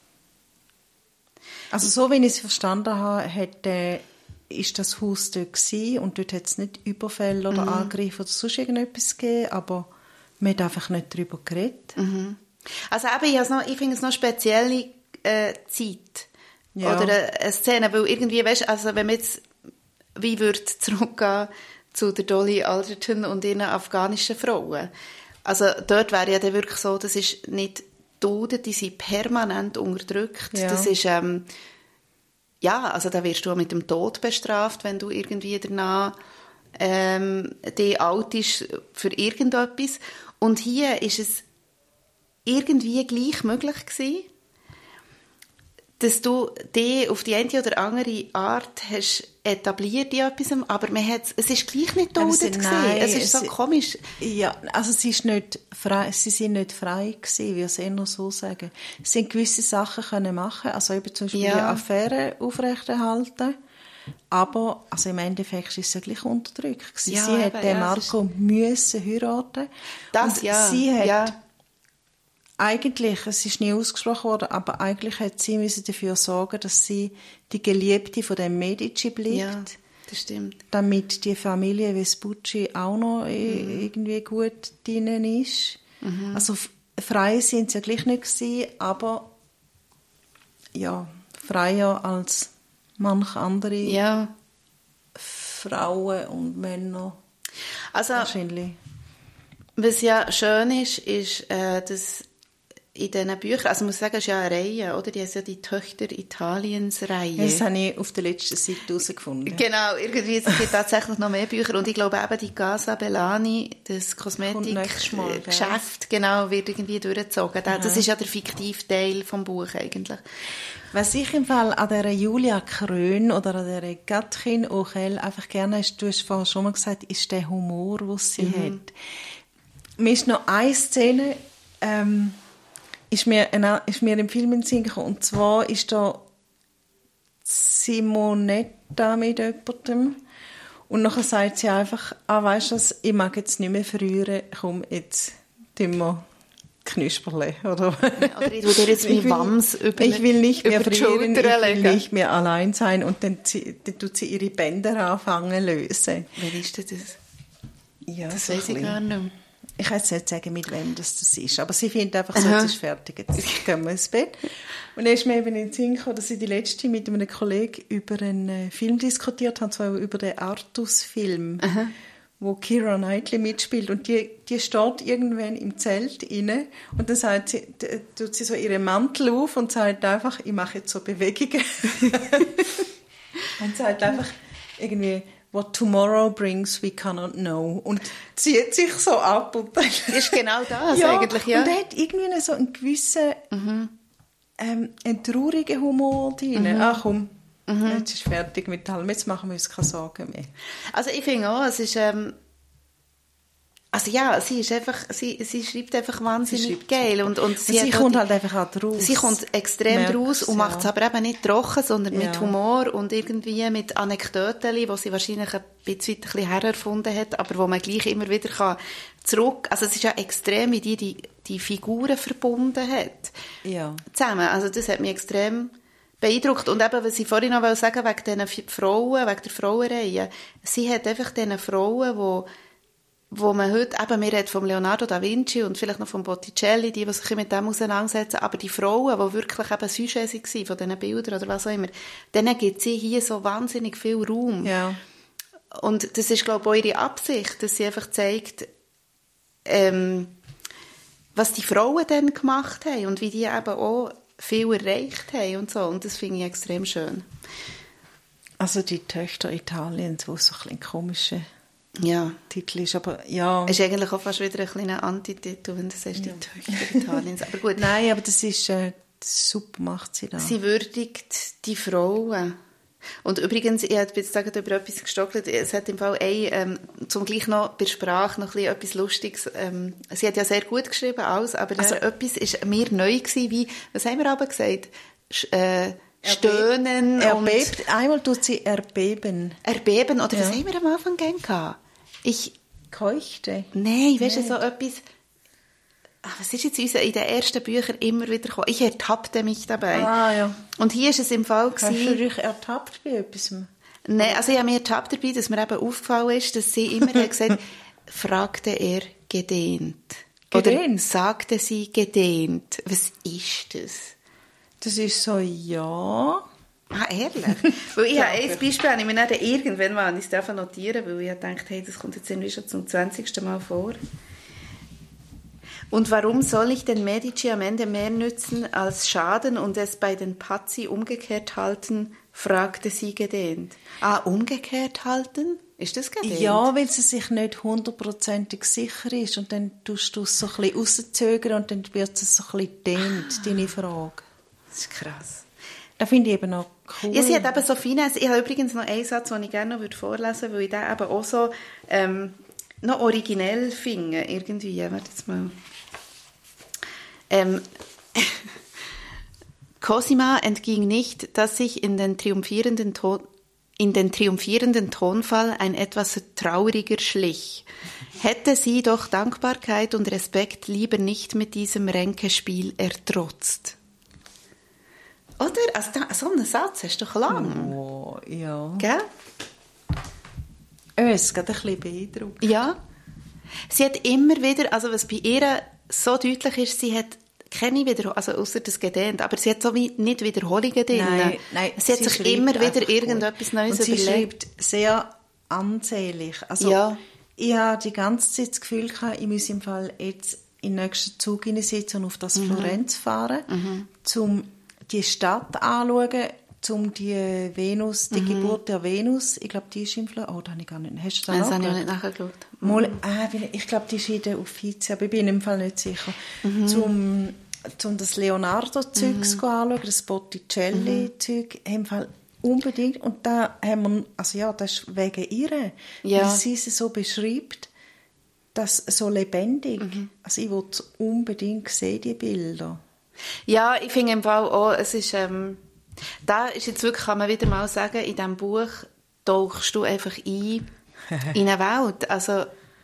Also so, wie ich es verstanden habe, hat, äh, ist das Haus dort gewesen und dort hat es nicht Überfälle oder mhm. Angriffe oder sonst irgendetwas gegeben, aber man hat einfach nicht darüber geredet. Mhm. Also eben, ich, noch, ich finde es noch eine spezielle äh, Zeit ja. oder eine, eine Szene, weil irgendwie, weißt, also wenn man jetzt wie würde zurückgehen zu der Dolly Alderton und ihren afghanischen Frauen. Also dort wäre ja dann wirklich so, das ist nicht Tote, die sind permanent unterdrückt. Ja. Das ist, ähm, ja, also da wirst du auch mit dem Tod bestraft, wenn du irgendwie danach ähm, dich outest für irgendetwas. Und hier ist es irgendwie gleich möglich gewesen, dass du dich auf die eine oder andere Art hast etabliert in etwas, aber man hat, es ist gleich nicht duldet gewesen. Nein, es ist so es, komisch. Ja, also sie, ist nicht frei, sie sind nicht frei gewesen, wie ich es eher so sagen. Sie sind gewisse Sachen können machen, also eben zum Beispiel Ja. die Affäre aufrechterhalten, aber also im Endeffekt ist sie ja gleich unterdrückt gewesen. Ja, sie eben, hat den ja, Marco müssen heiraten. Das, und ja, sie hat ja. eigentlich, es ist nie ausgesprochen worden, aber eigentlich hat sie müssen dafür sorgen, dass sie die Geliebte von dem Medici bleibt. Ja, das stimmt. Damit die Familie Vespucci auch noch Mhm. irgendwie gut drinnen ist. Mhm. Also frei sind sie ja gleich nicht gewesen, aber ja, freier als manche andere Ja. Frauen und Männer Also, wahrscheinlich. was ja schön ist, ist, äh, dass in diesen Büchern, also ich muss sagen, es ist ja eine Reihe, oder? Die heißt ja die Töchter Italiens-Reihe. Das habe ich auf der letzten Seite herausgefunden. Genau, irgendwie, es gibt tatsächlich noch mehr Bücher und ich glaube eben, die Casa Bellani, das Kommt nächstes Mal, gell? Kosmetikgeschäft, genau, wird irgendwie durchgezogen. Das das ist ja der fiktive Teil vom Buch eigentlich. Was ich im Fall an dieser Julia Krön oder an dieser Gatrin Ochel einfach gerne ist, du hast vorhin schon mal gesagt, ist der Humor, den sie Mhm. hat. Mir ist noch eine Szene, ähm, ist mir, eine, ist mir im Film in den Sinn gekommen, und zwar ist da Simonetta mit jemandem und nachher sagt sie einfach, ah, weisst du was, ich mag jetzt nicht mehr früher, komm, jetzt tun wir Knusperle, oder? Oder ich tue dir jetzt Ich mein will- Wams über, ich will nicht mehr über die frieren, ich Schulter will legen. nicht mehr allein sein, und dann, zie- dann tut sie ihre Bänder anfangen zu lösen. Wer ist denn das? Ja, Das so weiss ich ein gar bisschen. nicht. Ich kann jetzt nicht sagen, mit wem das, das ist, aber sie findet einfach so, Aha. jetzt ist fertig, jetzt gehen wir ins Bett. Und dann ist mir eben in den Sinn gekommen, dass ich die letzte mit einem Kollegen über einen äh, Film diskutiert habe, und zwar über den Artus-Film, wo Keira Knightley mitspielt, und die, die steht irgendwann im Zelt inne und dann sagt sie, d- tut sie so ihren Mantel auf und sagt einfach, ich mache jetzt so Bewegungen. Und sagt einfach irgendwie, what tomorrow brings, we cannot know. Und zieht sich so ab. Und dann Ist genau das ja, eigentlich, ja. Und er hat irgendwie so einen gewissen ähm, einen traurigen Humor drin. Mhm. Ach komm, jetzt ist fertig mit allem, jetzt machen wir uns keine Sorgen mehr. Also ich finde auch, es ist, ähm, also ja, sie ist einfach, sie, sie schreibt einfach wahnsinnig schreibt geil und, und sie, Sie, hat sie auch kommt die, halt einfach auch draus. sie kommt extrem Merkst, draus und macht es ja. aber eben nicht trocken, sondern Ja. mit Humor und irgendwie mit Anekdoten, die sie wahrscheinlich ein bisschen, ein bisschen hererfunden hat, aber wo man gleich immer wieder kann zurück, also es ist ja extrem, wie die die, die Figuren verbunden hat. Ja. Zusammen, also das hat mich extrem beeindruckt. Und eben, was ich vorhin noch sagen wollte, wegen diesen Frauen, wegen der Frauenreihe, sie hat einfach diesen Frauen, die wo man heute, eben, wir reden von Leonardo da Vinci und vielleicht noch von Botticelli, die, die sich mit dem auseinandersetzen, aber die Frauen, die wirklich eben Sujets waren von diesen Bildern oder was auch immer, denen gibt sie hier so wahnsinnig viel Raum. Ja. Und das ist, glaube ich, auch ihre Absicht, dass sie einfach zeigt, ähm, was die Frauen dann gemacht haben und wie die eben auch viel erreicht haben und so. Und das finde ich extrem schön. Also die Töchter Italiens, wo so ein bisschen komischer Ja. Titel ist, aber ja. Es ist eigentlich auch fast wieder ein kleiner Antititel, wenn du sagst, die Töchter Italiens. Aber gut. Nein, aber das ist, äh, super macht sie da. Sie würdigt die Frauen. Und übrigens, ich habe jetzt gerade über etwas gestockelt, es hat im Fall ein, ähm, zum gleich noch bei Sprache noch ein bisschen etwas Lustiges, ähm, sie hat ja sehr gut geschrieben, alles, aber also, etwas ist mir neu gewesen, wie, was haben wir aber gesagt? Sch, äh, Stöhnen Erbebt, und einmal tut sie erbeben. erbeben, oder was Ja. haben wir am Anfang gern gehabt? Ich, Keuchte. nein, weißt du, so etwas, ach, was ist jetzt in unseren- in den ersten Büchern immer wieder gekommen? Ich ertappte mich dabei. Ah, ja. Und hier ist es im Fall Hast du gewesen, dich ertappt bei etwas? nein, also ich habe mir ertappt dabei, dass mir eben aufgefallen ist, dass sie immer hat gesagt, fragte er gedehnt. Oder Gedehnt? sagte sie gedehnt. Was ist das? Das ist so, ja. Ah, ehrlich? Weil ich habe ein Beispiel, habe ich mir dann irgendwann mal ich es notieren, weil ich dachte, hey, das kommt jetzt irgendwie schon zum zwanzigsten Mal vor. Und warum soll ich den Medici am Ende mehr nützen als schaden und es bei den Pazzi umgekehrt halten, fragte sie gedehnt. Ah, umgekehrt halten? Ist das gedehnt? Ja, weil sie sich nicht hundertprozentig sicher ist und dann tust du es so ein bisschen rauszögern und dann wird es so ein bisschen dehnt, deine Frage. Das ist krass. Das finde ich eben noch cool. Ja, sie hat eben so Finesse. Ich habe übrigens noch einen Satz, den ich gerne noch vorlesen würde, weil ich den eben auch so ähm, noch originell finde. Irgendwie, warte jetzt mal. Ähm, Cosima entging nicht, dass sich in den triumphierenden Ton, in den triumphierenden Tonfall ein etwas trauriger schlich. Hätte sie doch Dankbarkeit und Respekt lieber nicht mit diesem Ränkespiel ertrotzt. Oder? Also, so einen Satz hast du doch lang. Oh, ja. Gell? Es ist gerade ein bisschen beeindruckend. Ja. Sie hat immer wieder, also was bei ihr so deutlich ist, sie hat keine Wiederholung, also ausser das gedehnt, aber sie hat so wie nicht Wiederholungen drin. Nein, nein, sie hat sie sich immer wieder irgendetwas gut. Neues und sie überlegt. schreibt sehr ansehnlich. Also, ja. Ich habe die ganze Zeit das Gefühl gehabt, ich muss im Fall jetzt in den nächsten Zug hineinsitzen und auf das mhm. Florenz fahren, mhm. um die Stadt anzuschauen, um die Venus, die mhm. Geburt der Venus, ich glaube, die ist im Florenz. Oh, da habe ich gar nicht. Hast du da das habe ich auch nicht nachgeschaut. Mhm. Mal, ah, ich glaube, die ist in der Uffizi, aber ich bin im Fall nicht sicher. Mhm. Zum, zum das Leonardo-Zeug mhm. anschauen, das Botticelli-Zeug, im Fall unbedingt. Und da haben wir, also ja, das ist wegen ihr, ja. weil sie sie so beschreibt, das so lebendig. Mhm. Also ich will unbedingt sehen, die Bilder. Ja, ich finde im Fall auch, es ist, ähm, da ist jetzt wirklich, kann man wieder mal sagen, in diesem Buch tauchst du einfach ein in eine Welt, also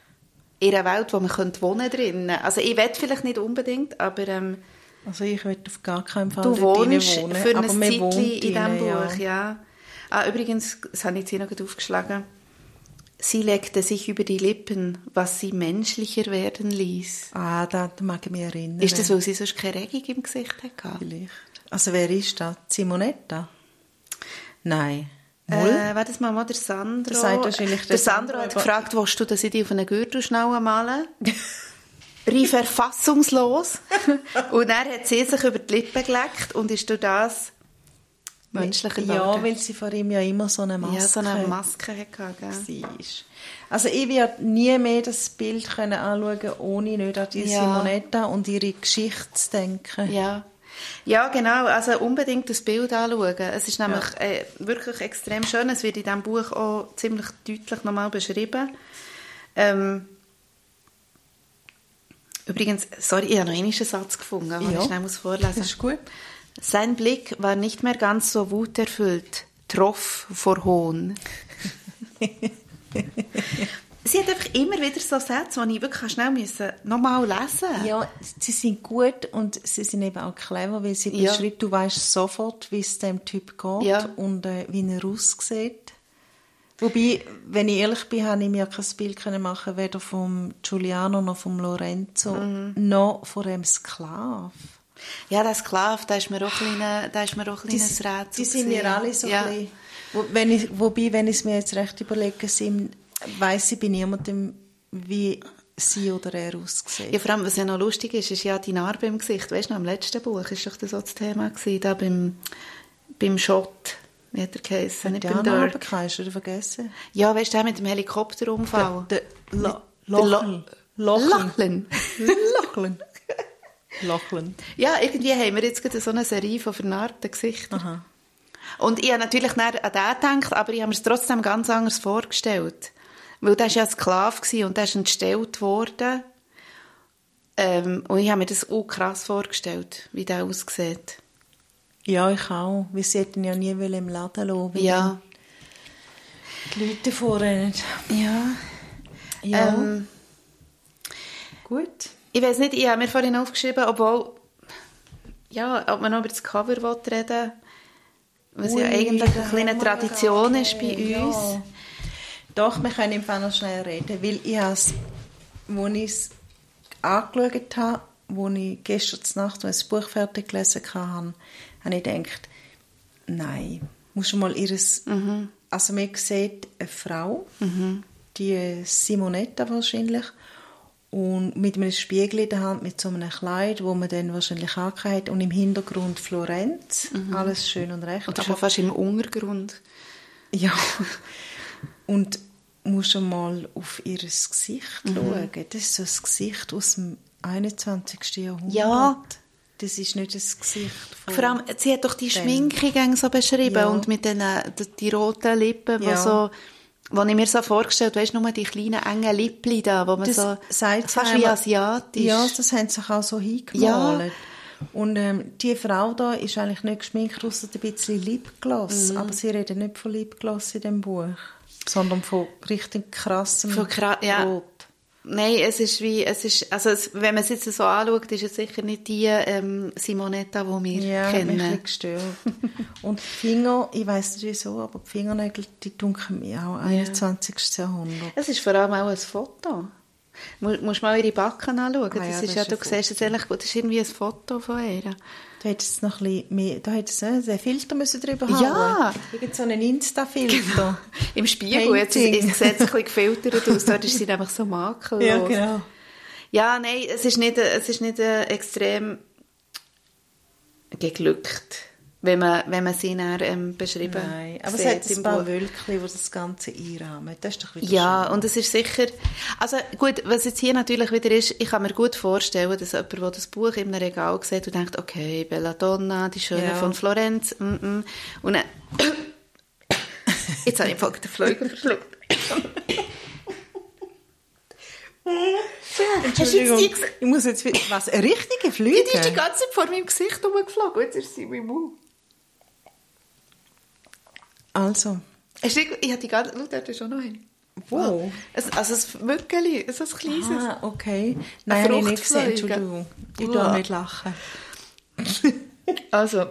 in einer Welt, wo man könnte wohnen drin. Also ich will vielleicht nicht unbedingt, aber ähm, also ich will auf gar keinen Fall du wohnst wohnen, für aber ein Zeitchen in diesem rein, Buch, ja. ja. Ah, übrigens, das habe ich jetzt hier noch aufgeschlagen, sie leckte sich über die Lippen, was sie menschlicher werden ließ. Ah, da mag ich mich erinnern. Ist das, weil sie sonst keine Regung im Gesicht hatte? Vielleicht. Also wer ist das? Simonetta? Nein. Äh, war das mal der Sandro? Das sagt wahrscheinlich der, der Sandro hat gefragt, willst du, dass ich dich auf einen Gürtelschnalle male? Rief er fassungslos. Und dann hat sie sich über die Lippen geleckt und ist durch das menschlicher geworden. Ja, weil sie vor ihm ja immer so eine Maske Ja, so eine Maske hatte. Also ich werde nie mehr das Bild können anschauen können, ohne nicht an die ja. Simonetta und ihre Geschichte zu denken. Ja. Ja, genau. Also unbedingt das Bild anschauen. Es ist nämlich ja. äh, wirklich extrem schön. Es wird in diesem Buch auch ziemlich deutlich nochmal beschrieben. Ähm, übrigens, sorry, ich habe noch einen Satz gefunden, den ja. ich schnell muss vorlesen muss. Das ist gut. Sein Blick war nicht mehr ganz so wuterfüllt, troff vor Hohn. Sie hat einfach immer wieder so Sätze, die ich wirklich schnell müssen, nochmal lesen musste. Ja, sie sind gut und sie sind eben auch clever, weil sie ja. beschreibt, du weißt sofort, wie es dem Typ geht ja. und äh, wie er aussieht. Wobei, wenn ich ehrlich bin, habe ich mir kein Bild machen, weder vom Giuliano noch vom Lorenzo, mhm. noch von dem Sklav. Ja, der Sklave, da ist mir auch ein kleines Rätsel. Die sind ja alle so ja. ein bisschen, wo, wenn ich, wobei, wenn ich es mir jetzt recht überlege, sind, weiss ich bei niemandem, wie sie oder er aussieht. Ja, vor allem, was ja noch lustig ist, ist ja die Narbe im Gesicht. Weißt du, noch im letzten Buch war doch das so das Thema gewesen, da beim, beim Schott, wie hat er geheißen? Nicht beim Narbe, hast du vergessen? Ja, weißt du, mit dem Helikopterunfall. Der, der Lo- Lochlen. Lochlen. Lochlen. Lochlen. Ja, irgendwie haben wir jetzt gerade so eine Serie von vernarbten Gesichtern. Aha. Und ich habe natürlich an den gedacht, aber ich habe mir es trotzdem ganz anders vorgestellt. Weil der war ja ein Sklave und der ist entstellt worden. Ähm, und ich habe mir das auch krass vorgestellt, wie der aussieht. Ja, ich auch. Wir sollten ja nie im Laden lassen, ja. die Leute vorrennen. Ja. Ja. Ähm, Gut. Ich weiss nicht, ich habe mir vorhin aufgeschrieben, obwohl, ja, ob man noch über das Cover reden will, was Ui, ja eigentlich eine kleine Tradition ist bei ja. uns. Doch, wir können im Fall noch schnell reden, weil ich es, als ich es angeschaut habe, als ich gestern Nacht das Buch fertig gelesen habe, habe ich gedacht, nein, musst du mal ihres, mhm. also man sieht eine Frau, mhm. die Simonetta wahrscheinlich, und mit einem Spiegel in der Hand, mit so einem Kleid, wo man dann wahrscheinlich angehört, und im Hintergrund Florenz, mhm. alles schön und recht. Und schon fast im Untergrund. Ja, und musst du mal auf ihr Gesicht mhm. schauen. Das ist so ein Gesicht aus dem einundzwanzigsten Jahrhundert. Ja, das ist nicht das Gesicht von... Vor allem, sie hat doch die dem. Schminke so beschrieben Ja. und mit den die, die roten Lippen, wo Ja. so, wo ich mir so vorgestellt, weißt du, nur die kleinen engen Lippli da, wo man Das so, sagt fast sie wie einmal- asiatisch. Ja, das haben sie sich auch so hingemalt. Und ähm, die Frau da ist eigentlich nicht geschminkt, ausser ein bisschen Lipgloss. Mhm. Aber sie reden nicht von Lipgloss in dem Buch, sondern von richtig krassem Von kra- ja. Rot. Nein, es ist wie, es ist, also es, wenn man es jetzt so anschaut, ist es sicher nicht die ähm, Simonetta, die wir Ja, mich ein kennen. bisschen gestört. Und die Finger, ich weiss nicht wieso, aber die Fingernägel, die dunkeln mir auch einundzwanzigsten Jahrhundert. Es ist vor allem auch ein Foto. Du musst mal ihre Backen anschauen. Ah ja, das das ist ist ja, ein du Foto. siehst es eigentlich gut. Das ist irgendwie ein Foto von ihr. Da hätte es noch ein bisschen mehr, da hätte es einen Filter müssen drüber Ja. haben. Irgend so einen Insta-Filter. Im Spiegel, jetzt, es Painting. sieht es ein bisschen gefiltert aus. Dort ist sie nämlich so makellos. Ja, genau. Ja, nein, es ist nicht, es ist nicht äh, extrem geglückt, wenn man, wenn man sie dann, ähm, beschrieben Nein, aber es sieht hat ein im paar Buch. Wölkchen, die das Ganze einrahmen. Das ist doch wieder Ja, schön. und es ist sicher, also gut, was jetzt hier natürlich wieder ist, ich kann mir gut vorstellen, dass jemand, der das Buch in einem Regal sieht und denkt, okay, Belladonna, die Schöne Ja. von Florenz, mm -mm. Und dann, jetzt habe ich einfach den Flügel verschluckt. Entschuldigung, Hast du jetzt die- ich muss jetzt wieder... Was, eine richtige Flüge? Die ist die ganze Zeit vor meinem Gesicht rumgeflogen, jetzt ist sie in meinem Mund. Also, Hast du, ich habe die ganze, schau, dort ist auch noch eine. wo? Es, also ein Mückeli, so ein kleines. Ah, okay. Nein, habe ich nicht gesehen, Fruchtfliege. Entschuldigung. Ich Uah. darf nicht lachen. Also.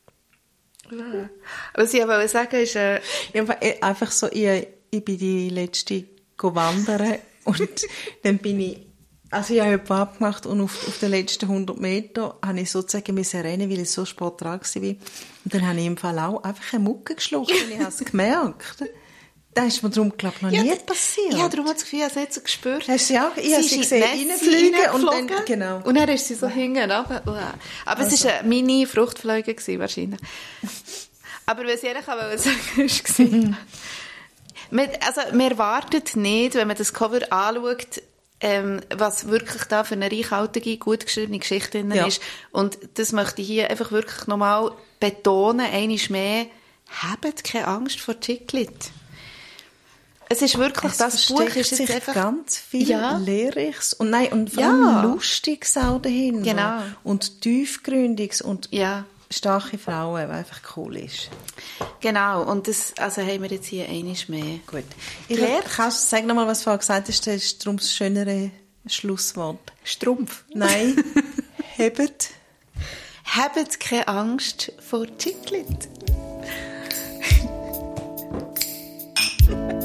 Was ich wollte sagen ist, äh, Ja, einfach so, ich, ich bin die letzte go wandern und dann bin ich, also ich habe jemanden abgemacht und auf, auf den letzten hundert Meter habe ich sozusagen müssen rennen, weil ich so spät dran war. Und dann habe ich im Fall auch einfach eine Mucke geschluckt und ich habe es gemerkt. Das ist mir darum, glaube ich, noch nie passiert. Ich habe darum das Gefühl, ich habe sie jetzt gespürt. Hast du sie auch? Ich habe sie ist gesehen, in die Nässe reinfliegen und dann, reingeflogen. genau. Und dann ist sie so hinten runter. Uah. Aber es war eine Mini-Fruchtfliege gewesen, wahrscheinlich. Aber was ich eigentlich auch wollte sagen war, man, also man erwartet nicht, wenn man das Cover anschaut, ähm, was wirklich da für eine reichhaltige, gut geschriebene Geschichte drin Ja. ist. Und das möchte ich hier einfach wirklich nochmal betonen, einmal mehr, habt keine Angst vor Chiclet. Es ist wirklich, Es das Buch versteckt ist jetzt sich einfach... ganz viel Ja. Lehrreiches und nein, und vor Ja. allem Lustiges auch dahinter. Genau. Und Tiefgründiges und Ja, starke Frauen, was einfach cool ist. genau. Und das also haben wir jetzt hier einmal mehr. Gut. Ich Claire? kannst du sag noch mal, was du vorher gesagt hast, das ist darum das schönere Schlusswort. Strumpf. Nein, hebt. Habt keine Angst vor Chiclet.